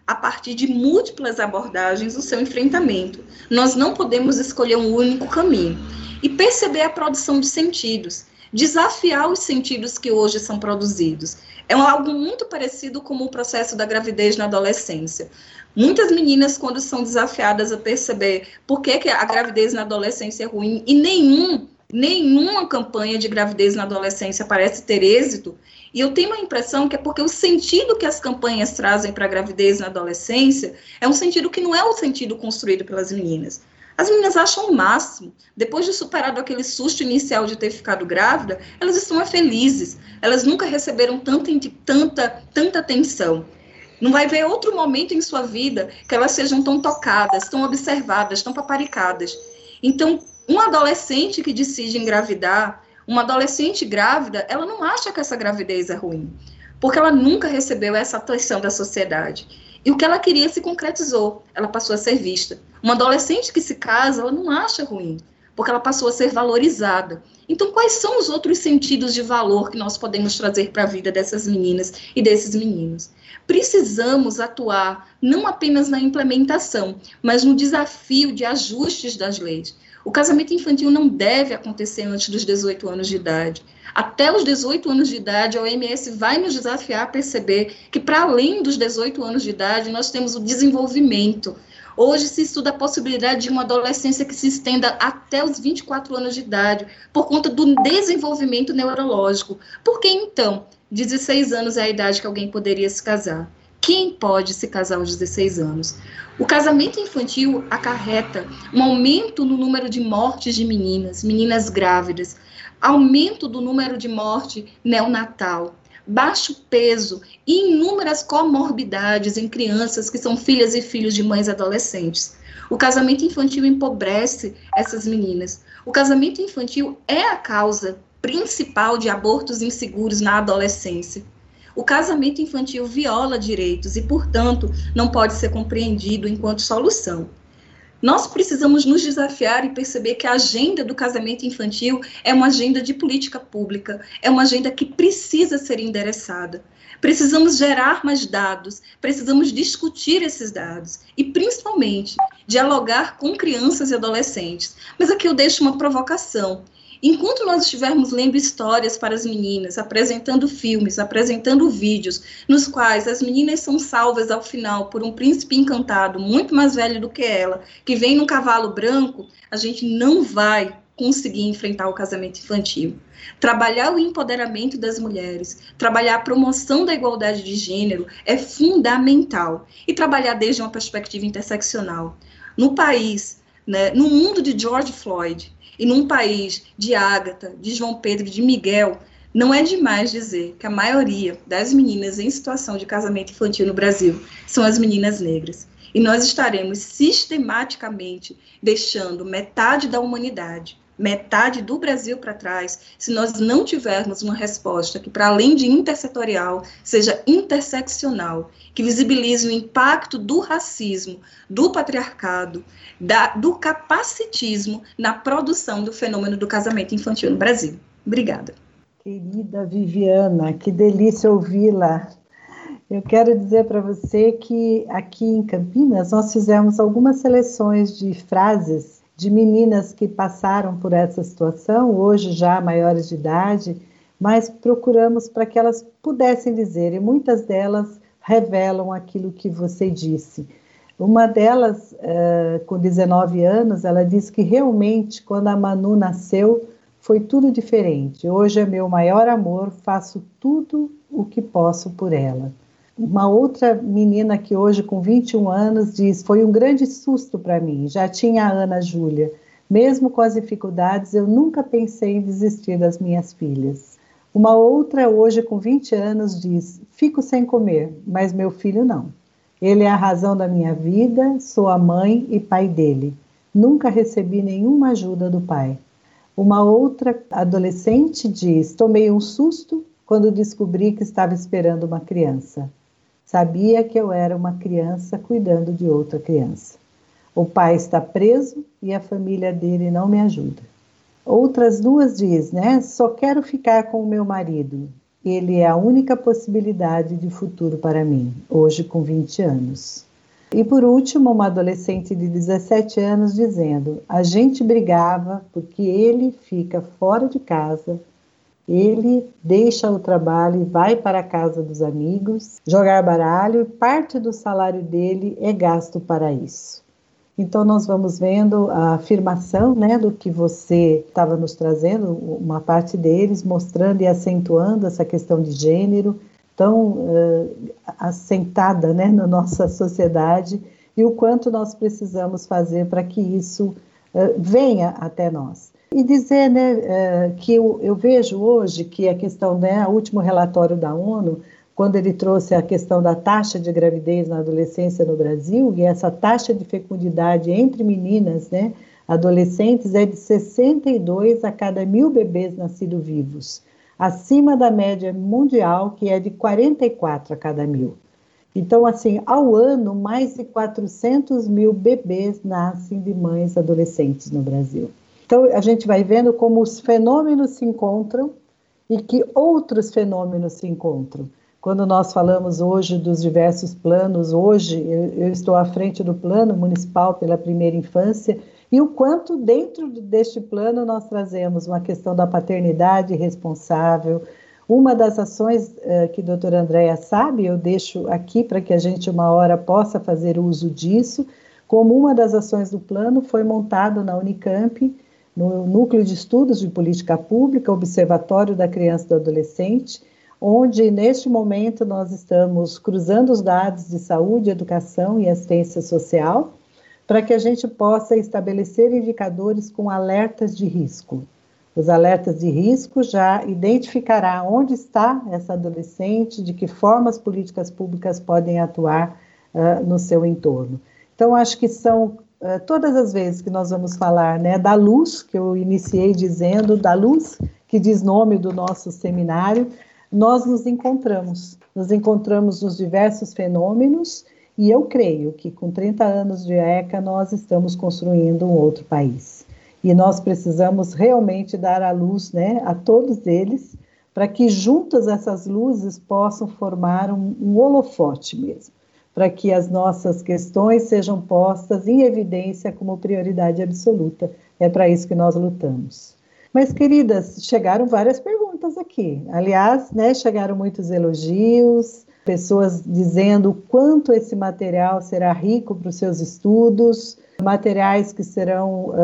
a partir de múltiplas abordagens, o seu enfrentamento. Nós não podemos escolher um único caminho. E perceber a produção de sentidos, desafiar os sentidos que hoje são produzidos. É algo muito parecido com o processo da gravidez na adolescência. Muitas meninas, quando são desafiadas a perceber por que a gravidez na adolescência é ruim, e nenhuma campanha de gravidez na adolescência parece ter êxito, e eu tenho a impressão que é porque o sentido que as campanhas trazem para a gravidez na adolescência é um sentido que não é o sentido construído pelas meninas. As meninas acham o máximo. Depois de superado aquele susto inicial de ter ficado grávida, elas estão felizes. Elas nunca receberam tanta atenção. Não vai haver outro momento em sua vida que elas sejam tão tocadas, tão observadas, tão paparicadas. Então, um adolescente que decide engravidar, uma adolescente grávida, ela não acha que essa gravidez é ruim, porque ela nunca recebeu essa atenção da sociedade. E o que ela queria se concretizou, ela passou a ser vista. Uma adolescente que se casa, ela não acha ruim, porque ela passou a ser valorizada. Então, quais são os outros sentidos de valor que nós podemos trazer para a vida dessas meninas e desses meninos? Precisamos atuar não apenas na implementação, mas no desafio de ajustes das leis. O casamento infantil não deve acontecer antes dos 18 anos de idade. Até os 18 anos de idade, a OMS vai nos desafiar a perceber que, para além dos 18 anos de idade, nós temos o desenvolvimento. Hoje se estuda a possibilidade de uma adolescência que se estenda até os 24 anos de idade, por conta do desenvolvimento neurológico. Por que, então, 16 anos é a idade que alguém poderia se casar? Quem pode se casar aos 16 anos? O casamento infantil acarreta um aumento no número de mortes de meninas grávidas, aumento do número de morte neonatal, baixo peso e inúmeras comorbidades em crianças que são filhas e filhos de mães adolescentes. O casamento infantil empobrece essas meninas. O casamento infantil é a causa principal de abortos inseguros na adolescência. O casamento infantil viola direitos e, portanto, não pode ser compreendido enquanto solução. Nós precisamos nos desafiar e perceber que a agenda do casamento infantil é uma agenda de política pública, é uma agenda que precisa ser endereçada. Precisamos gerar mais dados, precisamos discutir esses dados e, principalmente, dialogar com crianças e adolescentes. Mas aqui eu deixo uma provocação. Enquanto nós estivermos lendo histórias para as meninas, apresentando filmes, apresentando vídeos, nos quais as meninas são salvas ao final por um príncipe encantado, muito mais velho do que ela, que vem num cavalo branco, a gente não vai conseguir enfrentar o casamento infantil. Trabalhar o empoderamento das mulheres, trabalhar a promoção da igualdade de gênero é fundamental. E trabalhar desde uma perspectiva interseccional. No país, no mundo de George Floyd, e num país de Ágata, de João Pedro e de Miguel, não é demais dizer que a maioria das meninas em situação de casamento infantil no Brasil são as meninas negras. E nós estaremos sistematicamente deixando metade da humanidade, metade do Brasil para trás, se nós não tivermos uma resposta que, para além de intersetorial, seja interseccional, que visibilize o impacto do racismo, do patriarcado, do capacitismo na produção do fenômeno do casamento infantil no Brasil. Obrigada. Querida Viviana, que delícia ouvi-la. Eu quero dizer para você que aqui em Campinas nós fizemos algumas seleções de frases de meninas que passaram por essa situação, hoje já maiores de idade, mas procuramos para que elas pudessem dizer, e muitas delas revelam aquilo que você disse. Uma delas, com 19 anos, ela disse que realmente, quando a Manu nasceu, foi tudo diferente. Hoje é meu maior amor, faço tudo o que posso por ela. Uma outra menina que hoje, com 21 anos, diz, foi um grande susto para mim, já tinha a Ana Júlia. Mesmo com as dificuldades, eu nunca pensei em desistir das minhas filhas. Uma outra, hoje com 20 anos, diz, fico sem comer, mas meu filho não. Ele é a razão da minha vida, sou a mãe e pai dele. Nunca recebi nenhuma ajuda do pai. Uma outra adolescente diz, tomei um susto quando descobri que estava esperando uma criança. Sabia que eu era uma criança cuidando de outra criança. O pai está preso e a família dele não me ajuda. Outras duas diz, só quero ficar com o meu marido. ele é a única possibilidade de futuro para mim, hoje com 20 anos. E por último, uma adolescente de 17 anos dizendo: a gente brigava porque ele fica fora de casa, ele deixa o trabalho e vai para a casa dos amigos jogar baralho, e parte do salário dele é gasto para isso. Então nós vamos vendo a afirmação, né, do que você estava nos trazendo, uma parte deles mostrando e acentuando essa questão de gênero tão assentada, né, na nossa sociedade, e o quanto nós precisamos fazer para que isso venha até nós. E dizer, né, que eu vejo hoje que a questão, né, o último relatório da ONU, quando ele trouxe a questão da taxa de gravidez na adolescência no Brasil, e essa taxa de fecundidade entre meninas, né, adolescentes, é de 62 a cada 1.000 bebês nascidos vivos, acima da média mundial, que é de 44 a cada 1.000. Então, assim, ao ano, mais de 400 mil bebês nascem de mães adolescentes no Brasil. Então, a gente vai vendo como os fenômenos se encontram e que outros fenômenos se encontram. Quando nós falamos hoje dos diversos planos, hoje eu estou à frente do plano municipal pela primeira infância, e o quanto dentro deste plano nós trazemos uma questão da paternidade responsável. Uma das ações que a doutora Andréia sabe, eu deixo aqui para que a gente uma hora possa fazer uso disso, como uma das ações do plano foi montado na Unicamp, no Núcleo de Estudos de Política Pública, Observatório da Criança e do Adolescente, onde neste momento nós estamos cruzando os dados de saúde, educação e assistência social, para que a gente possa estabelecer indicadores com alertas de risco. Os alertas de risco já identificará onde está essa adolescente, de que forma as políticas públicas podem atuar no seu entorno. Então, acho que são todas as vezes que nós vamos falar, né, da luz, que eu iniciei dizendo, da luz, que diz nome do nosso seminário, nós nos encontramos nos diversos fenômenos, e eu creio que com 30 anos de ECA nós estamos construindo um outro país. E nós precisamos realmente dar a luz, né, a todos eles, para que juntas essas luzes possam formar um holofote mesmo, para que as nossas questões sejam postas em evidência como prioridade absoluta. É para isso que nós lutamos. Mas, queridas, chegaram várias perguntas aqui. Aliás, né, chegaram muitos elogios, pessoas dizendo o quanto esse material será rico para os seus estudos, materiais que serão,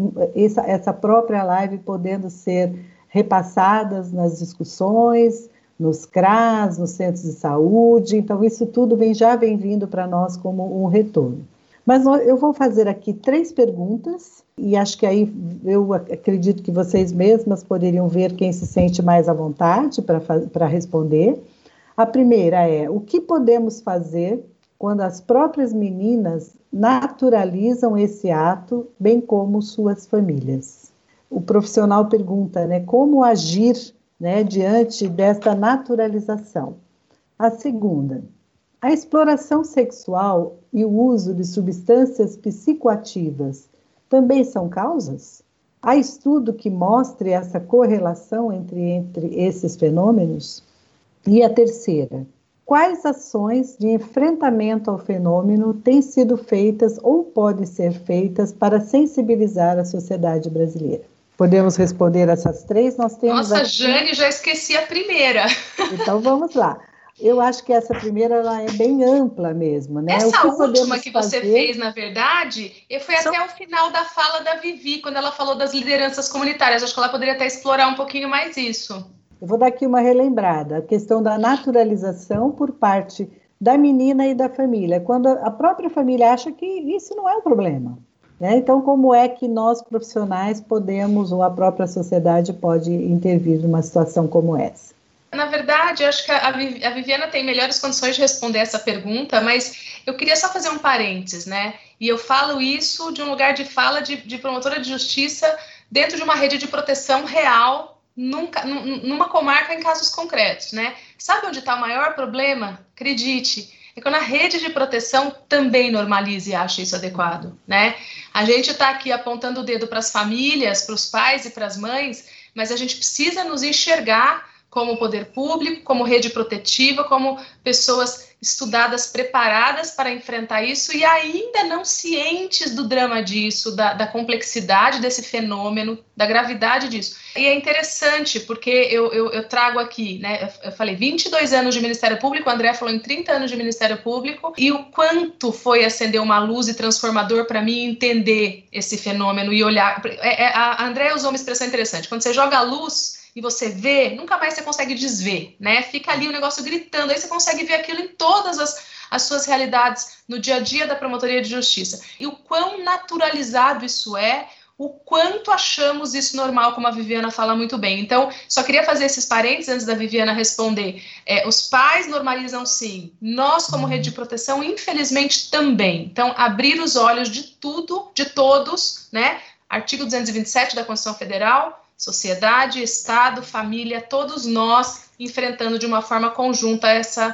essa própria live podendo ser repassadas nas discussões, nos CRAS, nos centros de saúde. Então, isso tudo já vem vindo para nós como um retorno. Mas eu vou fazer aqui 3 perguntas, e acho que aí eu acredito que vocês mesmas poderiam ver quem se sente mais à vontade para responder. A primeira é: o que podemos fazer quando as próprias meninas naturalizam esse ato, bem como suas famílias? O profissional pergunta, né, como agir, né, diante desta naturalização? A segunda: a exploração sexual e o uso de substâncias psicoativas também são causas? Há estudo que mostre essa correlação entre esses fenômenos? E a terceira: quais ações de enfrentamento ao fenômeno têm sido feitas ou podem ser feitas para sensibilizar a sociedade brasileira? Podemos responder essas 3? Nós temos Nossa, aqui... Jane, já esqueci a primeira. Então vamos lá. Eu acho que essa primeira ela é bem ampla mesmo, né? Essa última que você fez, na verdade, foi até o final da fala da Vivi, quando ela falou das lideranças comunitárias. Acho que ela poderia até explorar um pouquinho mais isso. Eu vou dar aqui uma relembrada, a questão da naturalização por parte da menina e da família, quando a própria família acha que isso não é um problema, né? Então, como é que nós profissionais podemos, ou a própria sociedade pode intervir numa situação como essa? Na verdade, eu acho que a Viviana tem melhores condições de responder essa pergunta, mas eu queria só fazer um parênteses, né? E eu falo isso de um lugar de fala de promotora de justiça dentro de uma rede de proteção real, numa comarca em casos concretos, né? Sabe onde está o maior problema? Acredite, é quando a rede de proteção também normaliza e acha isso adequado, né? A gente está aqui apontando o dedo para as famílias, para os pais e para as mães, mas a gente precisa nos enxergar como poder público, como rede protetiva, como pessoas estudadas, preparadas para enfrentar isso e ainda não cientes do drama disso, da complexidade desse fenômeno, da gravidade disso. E é interessante, porque eu trago aqui, né, eu falei 22 anos de Ministério Público, o André falou em 30 anos de Ministério Público, e o quanto foi acender uma luz e transformador para mim entender esse fenômeno e olhar. A André usou uma expressão interessante, quando você joga a luz e você vê, nunca mais você consegue desver, né? Fica ali o negócio gritando, aí você consegue ver aquilo em todas as suas realidades no dia a dia da promotoria de justiça. E o quão naturalizado isso é, o quanto achamos isso normal, como a Viviana fala muito bem. Então, só queria fazer esses parênteses antes da Viviana responder. Os pais normalizam sim, nós como rede de proteção, infelizmente, também. Então, abrir os olhos de tudo, de todos, né? Artigo 227 da Constituição Federal, sociedade, Estado, família, todos nós enfrentando de uma forma conjunta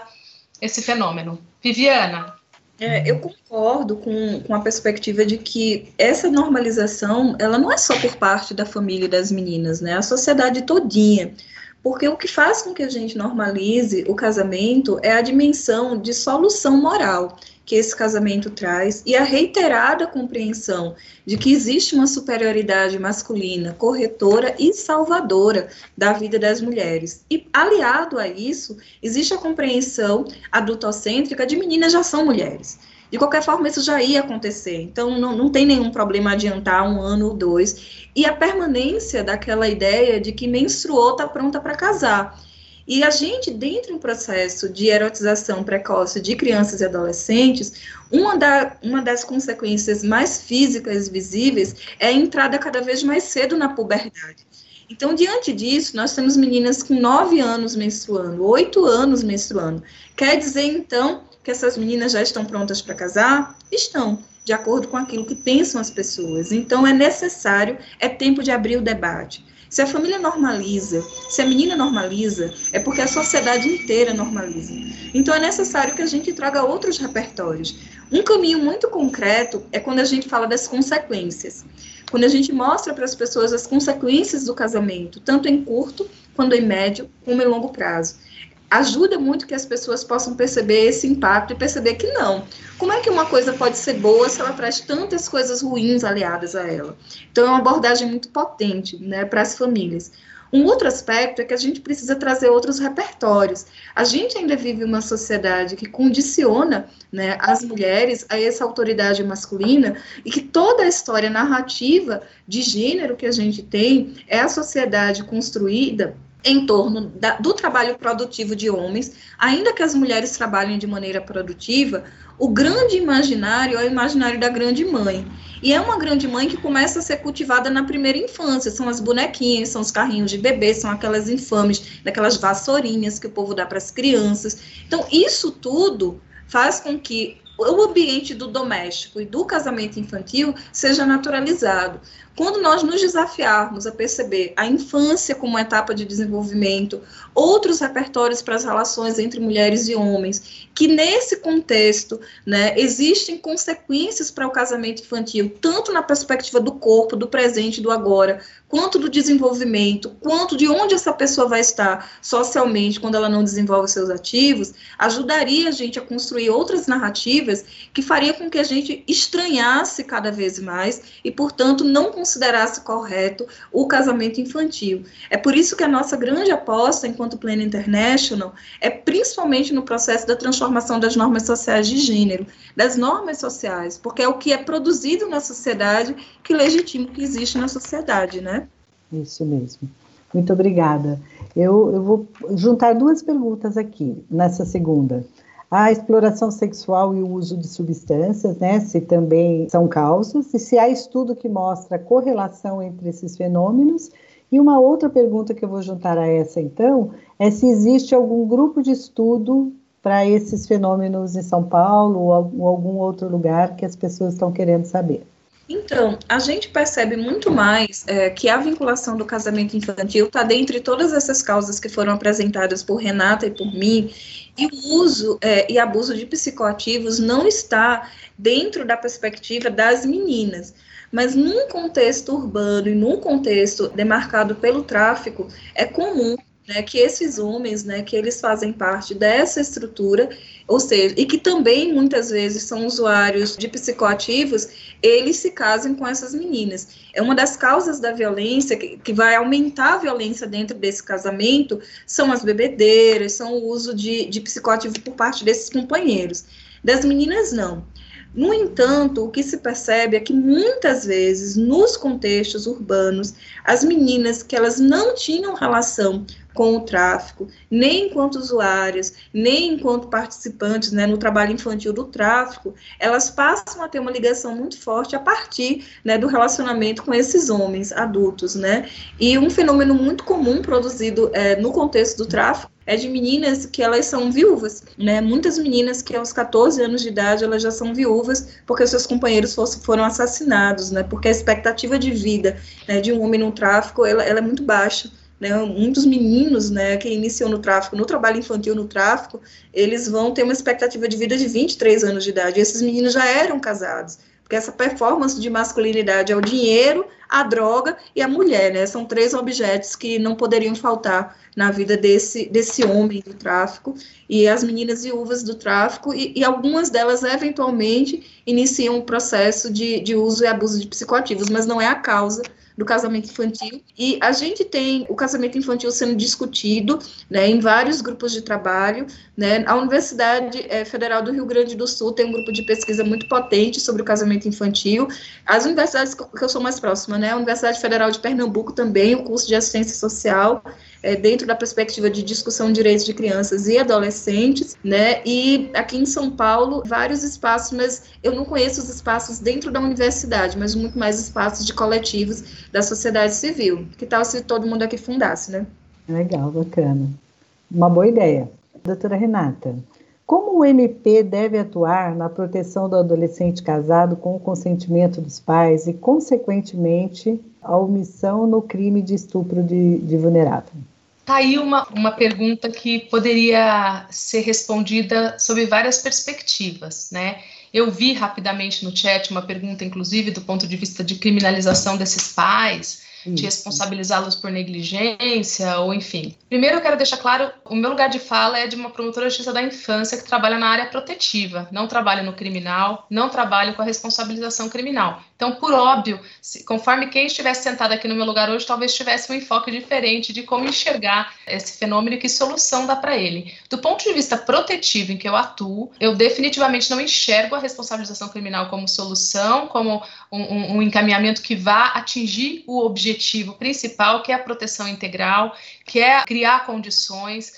esse fenômeno. Viviana? Eu concordo com a perspectiva de que essa normalização, ela não é só por parte da família e das meninas, né? A sociedade todinha. Porque o que faz com que a gente normalize o casamento é a dimensão de solução moral que esse casamento traz e a reiterada compreensão de que existe uma superioridade masculina, corretora e salvadora da vida das mulheres. E, aliado a isso, existe a compreensão adultocêntrica de meninas já são mulheres. De qualquer forma, isso já ia acontecer. Então, não tem nenhum problema adiantar 1 ano ou 2. E a permanência daquela ideia de que menstruou, está pronta para casar. E a gente, dentro de um processo de erotização precoce de crianças e adolescentes, uma das consequências mais físicas visíveis é a entrada cada vez mais cedo na puberdade. Então, diante disso, nós temos meninas com 9 anos menstruando, 8 anos menstruando. Quer dizer, então, que essas meninas já estão prontas para casar? Estão, de acordo com aquilo que pensam as pessoas. Então, é necessário, é tempo de abrir o debate. Se a família normaliza, se a menina normaliza, é porque a sociedade inteira normaliza. Então, é necessário que a gente traga outros repertórios. Um caminho muito concreto é quando a gente fala das consequências. Quando a gente mostra para as pessoas as consequências do casamento, tanto em curto, quanto em médio, como em longo prazo. Ajuda muito que as pessoas possam perceber esse impacto e perceber que não. Como é que uma coisa pode ser boa se ela traz tantas coisas ruins aliadas a ela? Então, é uma abordagem muito potente, né, para as famílias. Um outro aspecto é que a gente precisa trazer outros repertórios. A gente ainda vive uma sociedade que condiciona, né, as mulheres a essa autoridade masculina e que toda a história narrativa de gênero que a gente tem é a sociedade construída em torno do trabalho produtivo de homens, ainda que as mulheres trabalhem de maneira produtiva, o grande imaginário é o imaginário da grande mãe. E é uma grande mãe que começa a ser cultivada na primeira infância, são as bonequinhas, são os carrinhos de bebê, são aquelas infames, daquelas vassourinhas que o povo dá para as crianças. Então, isso tudo faz com que o ambiente do doméstico e do casamento infantil seja naturalizado. Quando nós nos desafiarmos a perceber a infância como etapa de desenvolvimento, outros repertórios para as relações entre mulheres e homens, que nesse contexto, né, existem consequências para o casamento infantil, tanto na perspectiva do corpo, do presente, do agora, quanto do desenvolvimento, quanto de onde essa pessoa vai estar socialmente quando ela não desenvolve seus ativos, ajudaria a gente a construir outras narrativas que faria com que a gente estranhasse cada vez mais e, portanto, não considerasse correto o casamento infantil. É por isso que a nossa grande aposta, enquanto Plan International, é principalmente no processo da transformação das normas sociais de gênero, das normas sociais, porque é o que é produzido na sociedade que legitima o que existe na sociedade, né? Isso mesmo. Muito obrigada. Eu vou juntar 2 perguntas aqui, nessa segunda. A exploração sexual e o uso de substâncias, né, se também são causas, e se há estudo que mostra a correlação entre esses fenômenos. E uma outra pergunta que eu vou juntar a essa, então, é se existe algum grupo de estudo para esses fenômenos em São Paulo ou algum outro lugar que as pessoas estão querendo saber. Então, a gente percebe muito mais que a vinculação do casamento infantil está dentre todas essas causas que foram apresentadas por Renata e por mim, e o uso e abuso de psicoativos não está dentro da perspectiva das meninas. Mas num contexto urbano e num contexto demarcado pelo tráfico, é comum né, que esses homens, né, que eles fazem parte dessa estrutura, ou seja, e que também muitas vezes são usuários de psicoativos, eles se casem com essas meninas. É uma das causas da violência, que vai aumentar a violência dentro desse casamento, são as bebedeiras, são o uso de psicoativo por parte desses companheiros. Das meninas, não. No entanto, o que se percebe é que muitas vezes, nos contextos urbanos, as meninas que elas não tinham relação com o tráfico, nem enquanto usuárias, nem enquanto participantes, né, no trabalho infantil do tráfico, elas passam a ter uma ligação muito forte a partir, né, do relacionamento com esses homens adultos, né, e um fenômeno muito comum produzido no contexto do tráfico é de meninas que elas são viúvas, né, muitas meninas que aos 14 anos de idade elas já são viúvas porque seus companheiros foram assassinados, né, porque a expectativa de vida, né, de um homem no tráfico, ela é muito baixa. Né, muitos meninos, né, que iniciam no tráfico, no trabalho infantil no tráfico, eles vão ter uma expectativa de vida de 23 anos de idade, e esses meninos já eram casados, porque essa performance de masculinidade é o dinheiro, a droga e a mulher, né, são 3 objetos que não poderiam faltar na vida desse homem do tráfico, e as meninas viúvas do tráfico, e algumas delas eventualmente iniciam um processo de uso e abuso de psicoativos, mas não é a causa do casamento infantil, e a gente tem o casamento infantil sendo discutido, né, em vários grupos de trabalho, né, a Universidade Federal do Rio Grande do Sul tem um grupo de pesquisa muito potente sobre o casamento infantil, as universidades que eu sou mais próxima, né, a Universidade Federal de Pernambuco também, o curso de assistência social, dentro da perspectiva de discussão de direitos de crianças e adolescentes, né, e aqui em São Paulo, vários espaços, mas eu não conheço os espaços dentro da universidade, mas muito mais espaços de coletivos da sociedade civil. Que tal se todo mundo aqui fundasse, né? Legal, bacana. Uma boa ideia. Doutora Renata, como o MP deve atuar na proteção do adolescente casado com o consentimento dos pais e, consequentemente, a omissão no crime de estupro de vulnerável? Tá aí uma pergunta que poderia ser respondida sob várias perspectivas, né? Eu vi rapidamente no chat uma pergunta, inclusive, do ponto de vista de criminalização desses pais, de responsabilizá-los por negligência, ou enfim. Primeiro eu quero deixar claro, o meu lugar de fala é de uma promotora de justiça da infância que trabalha na área protetiva, não trabalho no criminal, não trabalho com a responsabilização criminal. Então, por óbvio, conforme quem estivesse sentado aqui no meu lugar hoje, talvez tivesse um enfoque diferente de como enxergar esse fenômeno e que solução dá para ele. Do ponto de vista protetivo em que eu atuo, eu definitivamente não enxergo a responsabilização criminal como solução, como um encaminhamento que vá atingir o objetivo principal, que é a proteção integral, que é criar condições.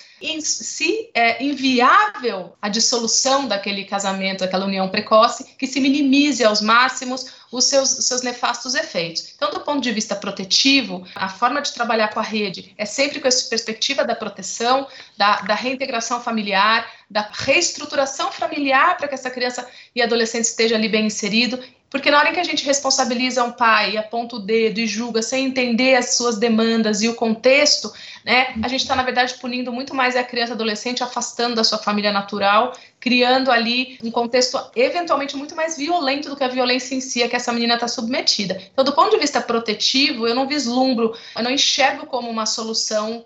Se é inviável a dissolução daquele casamento, daquela união precoce, que se minimize aos máximos os seus nefastos efeitos. Então, do ponto de vista protetivo, a forma de trabalhar com a rede é sempre com essa perspectiva da proteção, da reintegração familiar, da reestruturação familiar para que essa criança e adolescente esteja ali bem inserido. Porque na hora que a gente responsabiliza um pai, aponta o dedo e julga sem entender as suas demandas e o contexto, né, a gente está, na verdade, punindo muito mais a criança e adolescente, afastando da sua família natural, criando ali um contexto eventualmente muito mais violento do que a violência em si a que essa menina está submetida. Então, do ponto de vista protetivo, eu não vislumbro, eu não enxergo como uma solução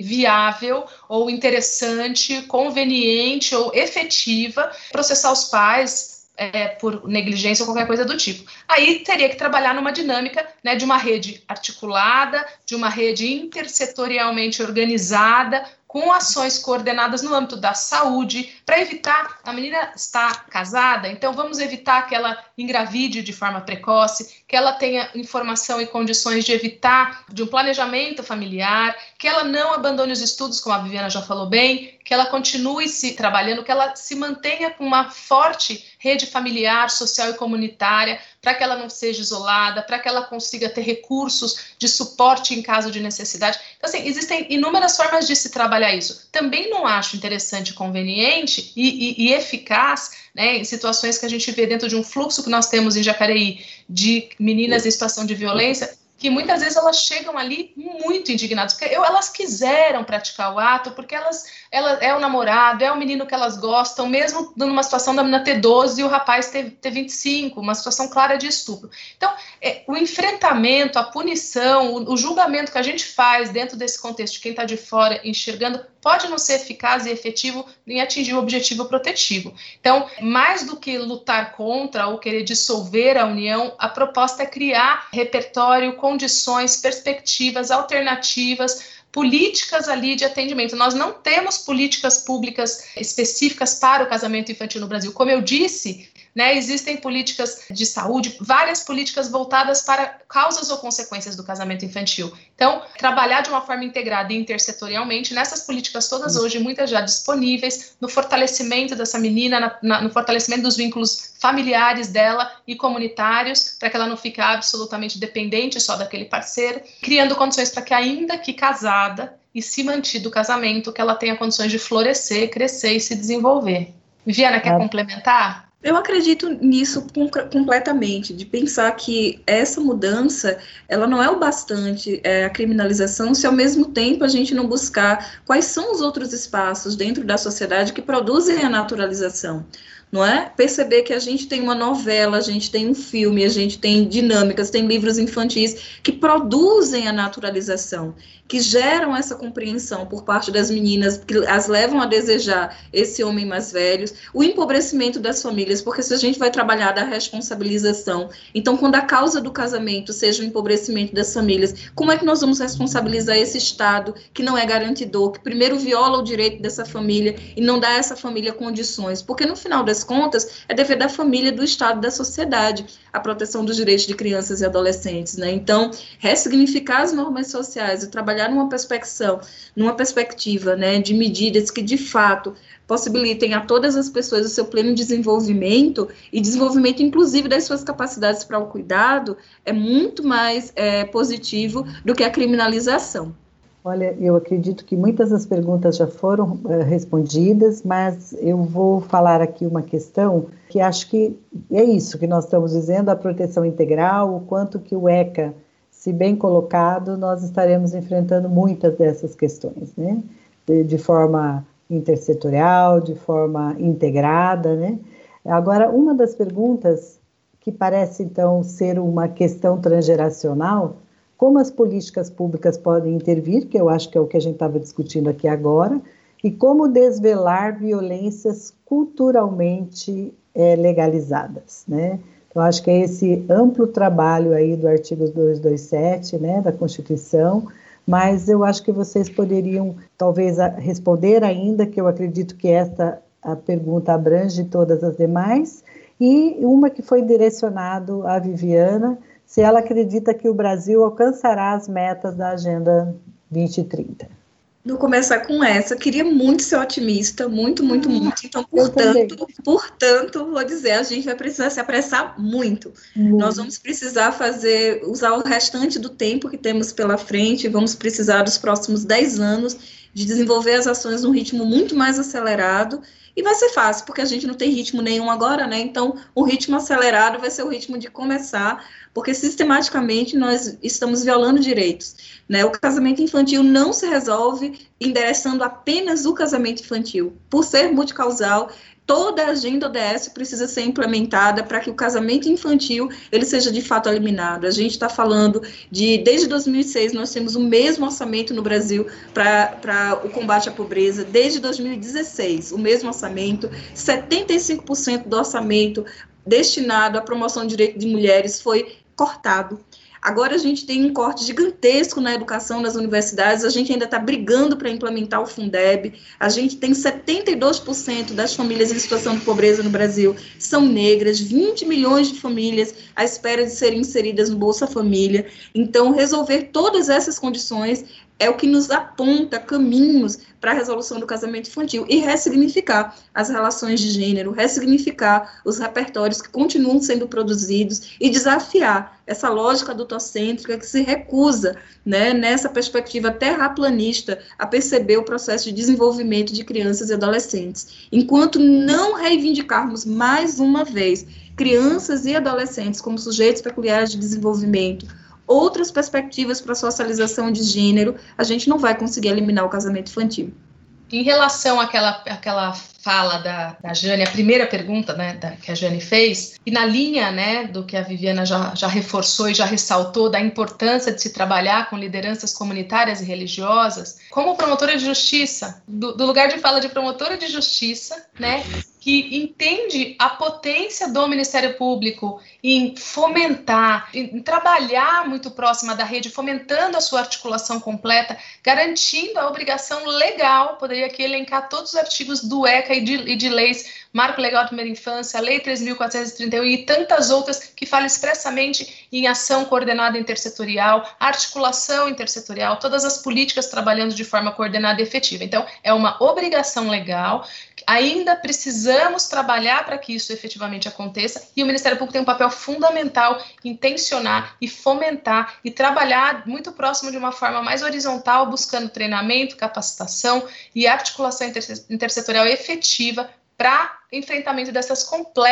viável ou interessante, conveniente ou efetiva processar os pais por negligência ou qualquer coisa do tipo. Aí teria que trabalhar numa dinâmica, né, de uma rede articulada, de uma rede intersetorialmente organizada, com ações coordenadas no âmbito da saúde, para evitar, a menina está casada, então vamos evitar que ela engravide de forma precoce, que ela tenha informação e condições de evitar de um planejamento familiar, que ela não abandone os estudos, como a Viviana já falou bem, que ela continue se trabalhando, que ela se mantenha com uma forte rede familiar, social e comunitária, para que ela não seja isolada, para que ela consiga ter recursos de suporte em caso de necessidade. Então, assim, existem inúmeras formas de se trabalhar isso. Também não acho interessante, conveniente e eficaz, né, em situações que a gente vê dentro de um fluxo que nós temos em Jacareí de meninas em situação de violência, que muitas vezes elas chegam ali muito indignadas, porque elas quiseram praticar o ato, porque ela é o namorado, é o menino que elas gostam, mesmo numa situação da menina ter 12 e o rapaz ter 25, uma situação clara de estupro. Então, o enfrentamento, a punição, o julgamento que a gente faz dentro desse contexto de quem está de fora enxergando, pode não ser eficaz e efetivo em atingir o objetivo protetivo. Então, mais do que lutar contra ou querer dissolver a união, a proposta é criar repertório, condições, perspectivas, alternativas, políticas ali de atendimento. Nós não temos políticas públicas específicas para o casamento infantil no Brasil. Como eu disse, né, existem políticas de saúde, várias políticas voltadas para causas ou consequências do casamento infantil. Então, trabalhar de uma forma integrada e intersetorialmente nessas políticas todas hoje, muitas já disponíveis, no fortalecimento dessa menina, no fortalecimento dos vínculos familiares dela e comunitários, para que ela não fique absolutamente dependente só daquele parceiro, criando condições para que, ainda que casada e se mantido o casamento, que ela tenha condições de florescer, crescer e se desenvolver. Viviana, quer complementar? Eu acredito nisso completamente, de pensar que essa mudança, ela não é o bastante, a criminalização, se ao mesmo tempo a gente não buscar quais são os outros espaços dentro da sociedade que produzem a naturalização. Não é? Perceber que a gente tem uma novela, a gente tem um filme, a gente tem dinâmicas, tem livros infantis que produzem a naturalização, que geram essa compreensão por parte das meninas, que as levam a desejar esse homem mais velho, o empobrecimento das famílias, porque se a gente vai trabalhar da responsabilização, então quando a causa do casamento seja o empobrecimento das famílias, como é que nós vamos responsabilizar esse Estado que não é garantidor, que primeiro viola o direito dessa família e não dá a essa família condições? Porque no final das contas, é dever da família, do Estado, da sociedade, a proteção dos direitos de crianças e adolescentes, né? Então, ressignificar as normas sociais e trabalhar numa perspectiva, né, de medidas que, de fato, possibilitem a todas as pessoas o seu pleno desenvolvimento e desenvolvimento, inclusive, das suas capacidades para o cuidado, é muito mais positivo do que a criminalização. Olha, eu acredito que muitas das perguntas já foram respondidas, mas eu vou falar aqui uma questão que acho que é isso que nós estamos dizendo, a proteção integral, o quanto que o ECA, se bem colocado, nós estaremos enfrentando muitas dessas questões, né? De forma intersetorial, de forma integrada, né? Agora, uma das perguntas que parece, então, ser uma questão transgeracional, como as políticas públicas podem intervir, que eu acho que é o que a gente estava discutindo aqui agora, e como desvelar violências culturalmente legalizadas, né? Então, acho que é esse amplo trabalho aí do artigo 227, né, da Constituição, mas eu acho que vocês poderiam, talvez, responder ainda, que eu acredito que a pergunta abrange todas as demais, e uma que foi direcionada à Viviana, se ela acredita que o Brasil alcançará as metas da Agenda 2030. Vou começar com essa. Eu queria muito ser otimista, muito. Então, portanto, vou dizer, a gente vai precisar se apressar muito. Nós vamos precisar usar o restante do tempo que temos pela frente, vamos precisar dos próximos 10 anos de desenvolver as ações num ritmo muito mais acelerado. E vai ser fácil, porque a gente não tem ritmo nenhum agora, né? Então, o ritmo acelerado vai ser o ritmo de começar, porque sistematicamente nós estamos violando direitos, né? O casamento infantil não se resolve endereçando apenas o casamento infantil. Por ser multicausal, toda a agenda ODS precisa ser implementada para que o casamento infantil ele seja de fato eliminado. A gente está falando desde 2006, nós temos o mesmo orçamento no Brasil para o combate à pobreza, desde 2016, o mesmo orçamento, 75% do orçamento destinado à promoção do direito de mulheres foi cortado. Agora a gente tem um corte gigantesco na educação nas universidades, a gente ainda está brigando para implementar o Fundeb, a gente tem 72% das famílias em situação de pobreza no Brasil são negras, 20 milhões de famílias à espera de serem inseridas no Bolsa Família. Então, resolver todas essas condições é o que nos aponta caminhos para a resolução do casamento infantil e ressignificar as relações de gênero, ressignificar os repertórios que continuam sendo produzidos e desafiar essa lógica adultocêntrica que se recusa, né, nessa perspectiva terraplanista, a perceber o processo de desenvolvimento de crianças e adolescentes. Enquanto não reivindicarmos mais uma vez crianças e adolescentes como sujeitos peculiares de desenvolvimento, outras perspectivas para a socialização de gênero, a gente não vai conseguir eliminar o casamento infantil. Em relação àquela fala da Jane, a primeira pergunta, né, que a Jane fez, e na linha, né, do que a Viviana já reforçou e já ressaltou da importância de se trabalhar com lideranças comunitárias e religiosas, como promotora de justiça, do lugar de fala de promotora de justiça, né, que entende a potência do Ministério Público em fomentar, em trabalhar muito próxima da rede, fomentando a sua articulação completa, garantindo a obrigação legal, poderia aqui elencar todos os artigos do ECA e de leis, Marco Legal da Primeira Infância, Lei 3.431 e tantas outras que falam expressamente em ação coordenada intersetorial, articulação intersetorial, todas as políticas trabalhando de forma coordenada e efetiva. Então, é uma obrigação legal, ainda precisamos trabalhar para que isso efetivamente aconteça, e o Ministério Público tem um papel fundamental em tensionar e fomentar e trabalhar muito próximo de uma forma mais horizontal, buscando treinamento, capacitação e articulação intersetorial efetiva para enfrentamento desses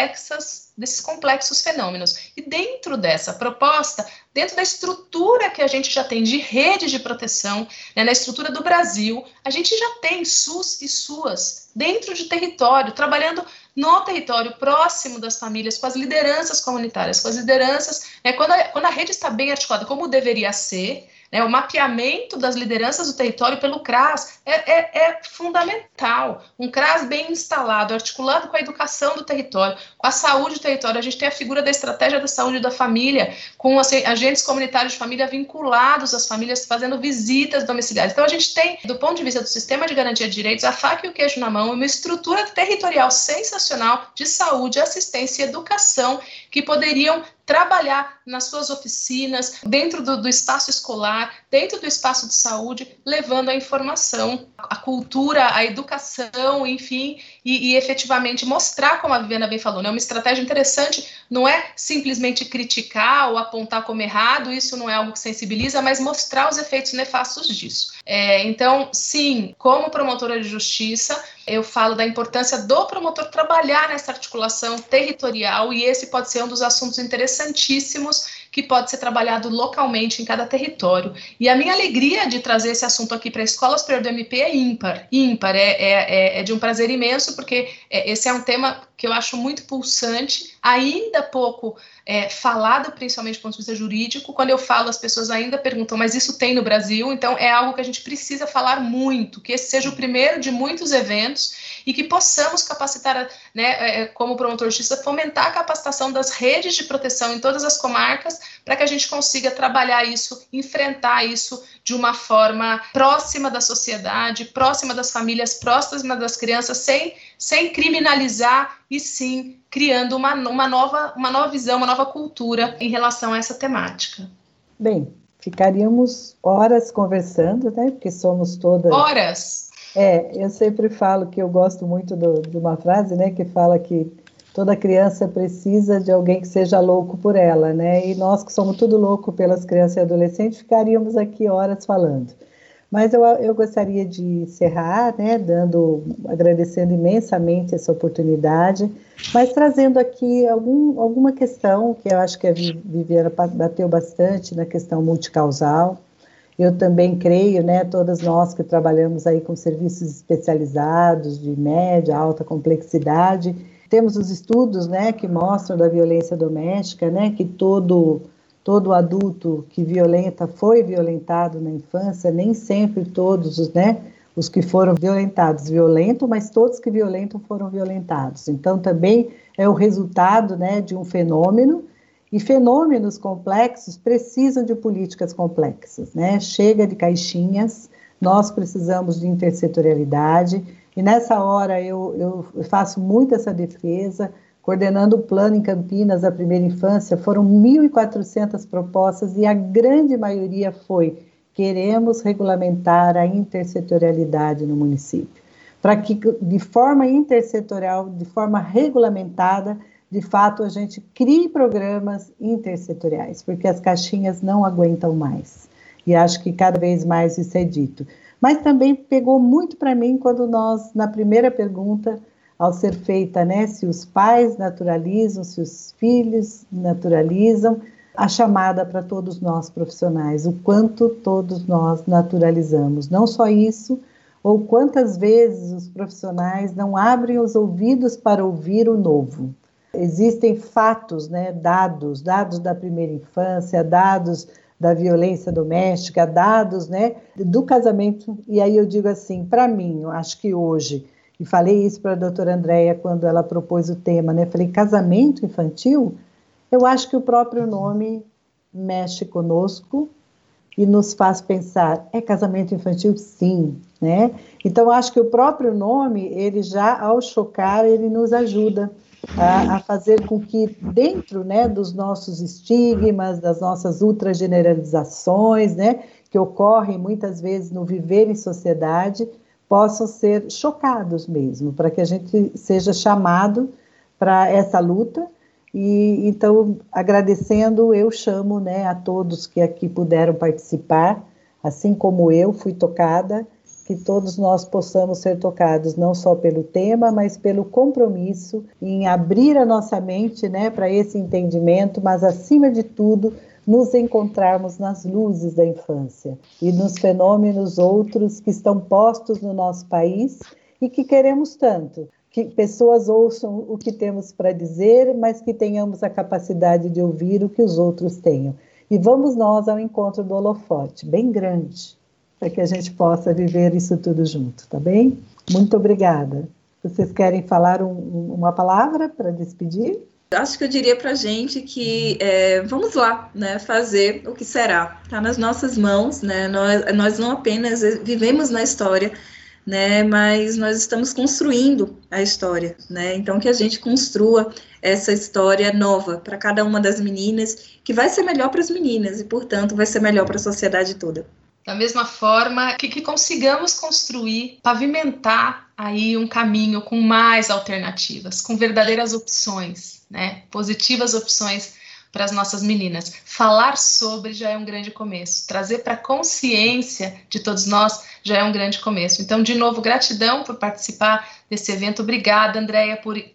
complexos fenômenos. E dentro dessa proposta, dentro da estrutura que a gente já tem de rede de proteção, né, na estrutura do Brasil, a gente já tem SUS e SUAS dentro de território, trabalhando no território, próximo das famílias, com as lideranças comunitárias, com as lideranças, né, quando a rede está bem articulada, como deveria ser, né, o mapeamento das lideranças do território pelo CRAS é fundamental. Um CRAS bem instalado, articulado com a educação do território, com a saúde do território. A gente tem a figura da estratégia da saúde da família, com agentes comunitários de família vinculados às famílias, fazendo visitas domiciliares. Então, a gente tem, do ponto de vista do sistema de garantia de direitos, a faca e o queijo na mão, uma estrutura territorial sensacional de saúde, assistência e educação que poderiam trabalhar nas suas oficinas, dentro do espaço escolar, dentro do espaço de saúde, levando a informação, a cultura, a educação, enfim, e efetivamente mostrar, como a Viviana bem falou, né, uma estratégia interessante, não é simplesmente criticar ou apontar como errado, isso não é algo que sensibiliza, mas mostrar os efeitos nefastos disso. Então, sim, como promotora de justiça, eu falo da importância do promotor trabalhar nessa articulação territorial, e esse pode ser um dos assuntos interessantíssimos que pode ser trabalhado localmente em cada território. E a minha alegria de trazer esse assunto aqui para a Escola Superior do MP é ímpar. É de um prazer imenso, porque esse é um tema que eu acho muito pulsante, ainda pouco falado, principalmente do ponto de vista jurídico. Quando eu falo, as pessoas ainda perguntam, mas isso tem no Brasil? Então, é algo que a gente precisa falar muito, que esse seja o primeiro de muitos eventos e que possamos capacitar, né, como promotor de justiça, fomentar a capacitação das redes de proteção em todas as comarcas, para que a gente consiga trabalhar isso, enfrentar isso de uma forma próxima da sociedade, próxima das famílias, próxima das crianças, sem criminalizar, e sim criando uma nova visão, uma nova cultura em relação a essa temática. Bem, ficaríamos horas conversando, né? Porque somos todas... Horas! Eu sempre falo que eu gosto muito de uma frase, né? Que fala que toda criança precisa de alguém que seja louco por ela, né? E nós que somos tudo louco pelas crianças e adolescentes, ficaríamos aqui horas falando. Mas eu gostaria de encerrar, né, agradecendo imensamente essa oportunidade, mas trazendo aqui alguma questão que eu acho que a Viviana bateu bastante na questão multicausal. Eu também creio, né, todas nós que trabalhamos aí com serviços especializados de média, alta complexidade, temos os estudos, né, que mostram da violência doméstica, né, que todo adulto que violenta foi violentado na infância, nem sempre todos os que foram violentados violentam, mas todos que violentam foram violentados. Então, também é o resultado, né, de um fenômeno, e fenômenos complexos precisam de políticas complexas, né? Chega de caixinhas, nós precisamos de intersetorialidade, e nessa hora eu faço muito essa defesa. Coordenando o plano em Campinas da primeira infância, foram 1.400 propostas e a grande maioria foi: queremos regulamentar a intersetorialidade no município, para que de forma intersetorial, de forma regulamentada, de fato a gente crie programas intersetoriais, porque as caixinhas não aguentam mais, e acho que cada vez mais isso é dito. Mas também pegou muito para mim quando nós, na primeira pergunta, ao ser feita, né, se os pais naturalizam, se os filhos naturalizam, a chamada para todos nós profissionais, o quanto todos nós naturalizamos. Não só isso, ou quantas vezes os profissionais não abrem os ouvidos para ouvir o novo. Existem fatos, né, dados da primeira infância, dados da violência doméstica, dados, né, do casamento. E aí eu digo assim, para mim, eu acho que hoje, e falei isso para a doutora Andréia quando ela propôs o tema, né, falei, casamento infantil, eu acho que o próprio nome mexe conosco e nos faz pensar, é casamento infantil? Sim, né? Então, acho que o próprio nome, ele já, ao chocar, ele nos ajuda a fazer com que dentro, né, dos nossos estigmas, das nossas ultrageneralizações, né, que ocorrem muitas vezes no viver em sociedade, possam ser chocados mesmo, para que a gente seja chamado para essa luta. E então, agradecendo, eu chamo, né, a todos que aqui puderam participar, assim como eu fui tocada, que todos nós possamos ser tocados não só pelo tema, mas pelo compromisso em abrir a nossa mente, né, para esse entendimento, mas acima de tudo, nos encontrarmos nas luzes da infância e nos fenômenos outros que estão postos no nosso país e que queremos tanto. Que pessoas ouçam o que temos para dizer, mas que tenhamos a capacidade de ouvir o que os outros tenham. E vamos nós ao encontro do holofote, bem grande, para que a gente possa viver isso tudo junto, tá bem? Muito obrigada. Vocês querem falar uma palavra para despedir? Acho que eu diria para a gente que vamos lá, né, fazer o que será. Está nas nossas mãos, né? Nós não apenas vivemos na história, né, mas nós estamos construindo a história, né? Então que a gente construa essa história nova para cada uma das meninas, que vai ser melhor para as meninas e, portanto, vai ser melhor para a sociedade toda. Da mesma forma, que consigamos construir, pavimentar aí um caminho com mais alternativas, com verdadeiras opções, né? Positivas opções para as nossas meninas. Falar sobre já é um grande começo. Trazer para a consciência de todos nós já é um grande começo. Então, de novo, gratidão por participar desse evento. Obrigada, Andréia,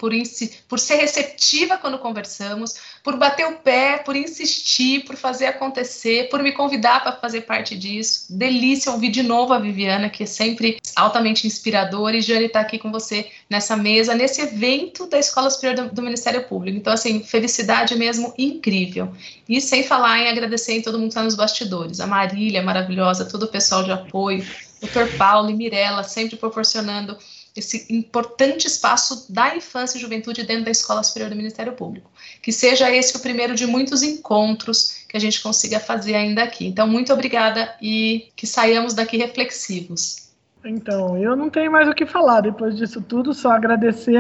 por ser receptiva quando conversamos, por bater o pé, por insistir, por fazer acontecer, por me convidar para fazer parte disso. Delícia ouvir de novo a Viviana, que é sempre altamente inspiradora, e Jane está aqui com você nessa mesa, nesse evento da Escola Superior do Ministério Público. Então, assim, felicidade mesmo incrível. E sem falar em agradecer em todo mundo que está nos bastidores, a Marília, maravilhosa, todo o pessoal de apoio, o Dr. Paulo e Mirella, sempre proporcionando esse importante espaço da infância e juventude dentro da Escola Superior do Ministério Público. Que seja esse o primeiro de muitos encontros que a gente consiga fazer ainda aqui. Então, muito obrigada e que saiamos daqui reflexivos. Então, eu não tenho mais o que falar depois disso tudo, só agradecer.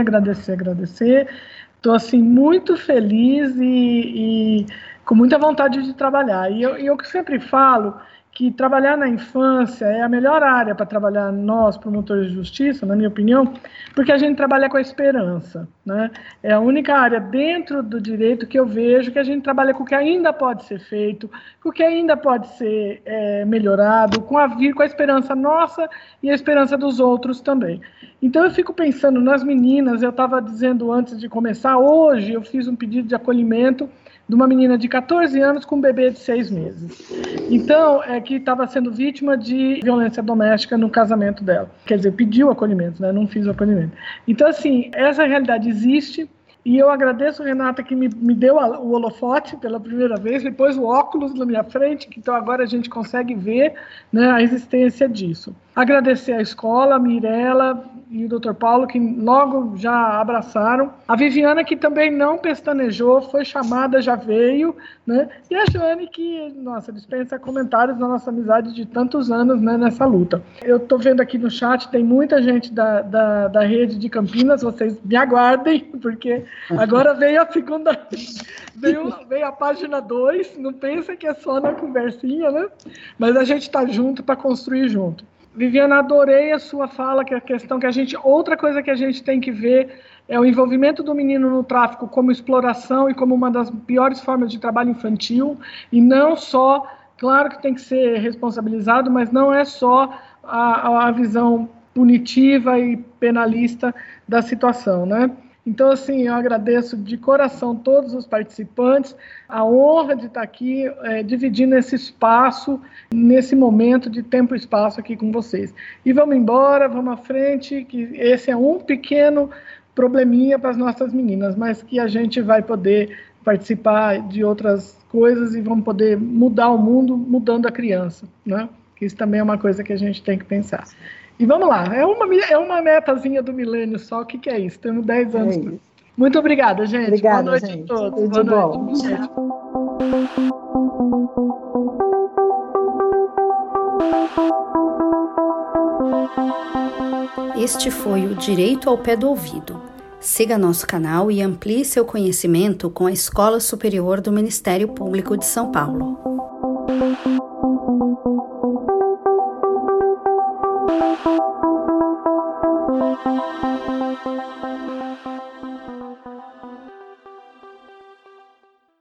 Estou, assim, muito feliz e com muita vontade de trabalhar. E eu que sempre falo que trabalhar na infância é a melhor área para trabalhar nós, promotores de justiça, na minha opinião, porque a gente trabalha com a esperança, né? É a única área dentro do direito que eu vejo que a gente trabalha com o que ainda pode ser feito, com o que ainda pode ser melhorado, com a esperança nossa e a esperança dos outros também. Então eu fico pensando nas meninas, eu estava dizendo antes de começar, hoje eu fiz um pedido de acolhimento de uma menina de 14 anos com um bebê de 6 meses. Então, que estava sendo vítima de violência doméstica no casamento dela. Quer dizer, pediu acolhimento, né? Não fiz o acolhimento. Então, assim, essa realidade existe, e eu agradeço, Renata, que me deu o holofote pela primeira vez, me pôs o óculos na minha frente, então agora a gente consegue ver, né, a existência disso. Agradecer à escola, a Mirella e o Dr. Paulo, que logo já abraçaram. A Viviana, que também não pestanejou, foi chamada, já veio, né? E a Jane, que, nossa, dispensa comentários da nossa amizade de tantos anos, né, nessa luta. Eu estou vendo aqui no chat, tem muita gente da rede de Campinas, vocês me aguardem, porque agora veio a segunda, veio a página 2, não pensa que é só na conversinha, né? Mas a gente está junto para construir junto. Viviana, adorei a sua fala, que é a questão que outra coisa que a gente tem que ver é o envolvimento do menino no tráfico como exploração e como uma das piores formas de trabalho infantil, e não só, claro que tem que ser responsabilizado, mas não é só a visão punitiva e penalista da situação, né? Então, assim, eu agradeço de coração todos os participantes, a honra de estar aqui dividindo esse espaço, nesse momento de tempo e espaço aqui com vocês. E vamos embora, vamos à frente, que esse é um pequeno probleminha para as nossas meninas, mas que a gente vai poder participar de outras coisas e vamos poder mudar o mundo mudando a criança, né? Que isso também é uma coisa que a gente tem que pensar. E vamos lá, é uma metazinha do milênio só, o que é isso? Temos 10 anos. Muito obrigada, gente. Obrigada, boa noite gente. a todos. Tudo boa bom. noite, gente. Este foi o Direito ao Pé do Ouvido. Siga nosso canal e amplie seu conhecimento com a Escola Superior do Ministério Público de São Paulo.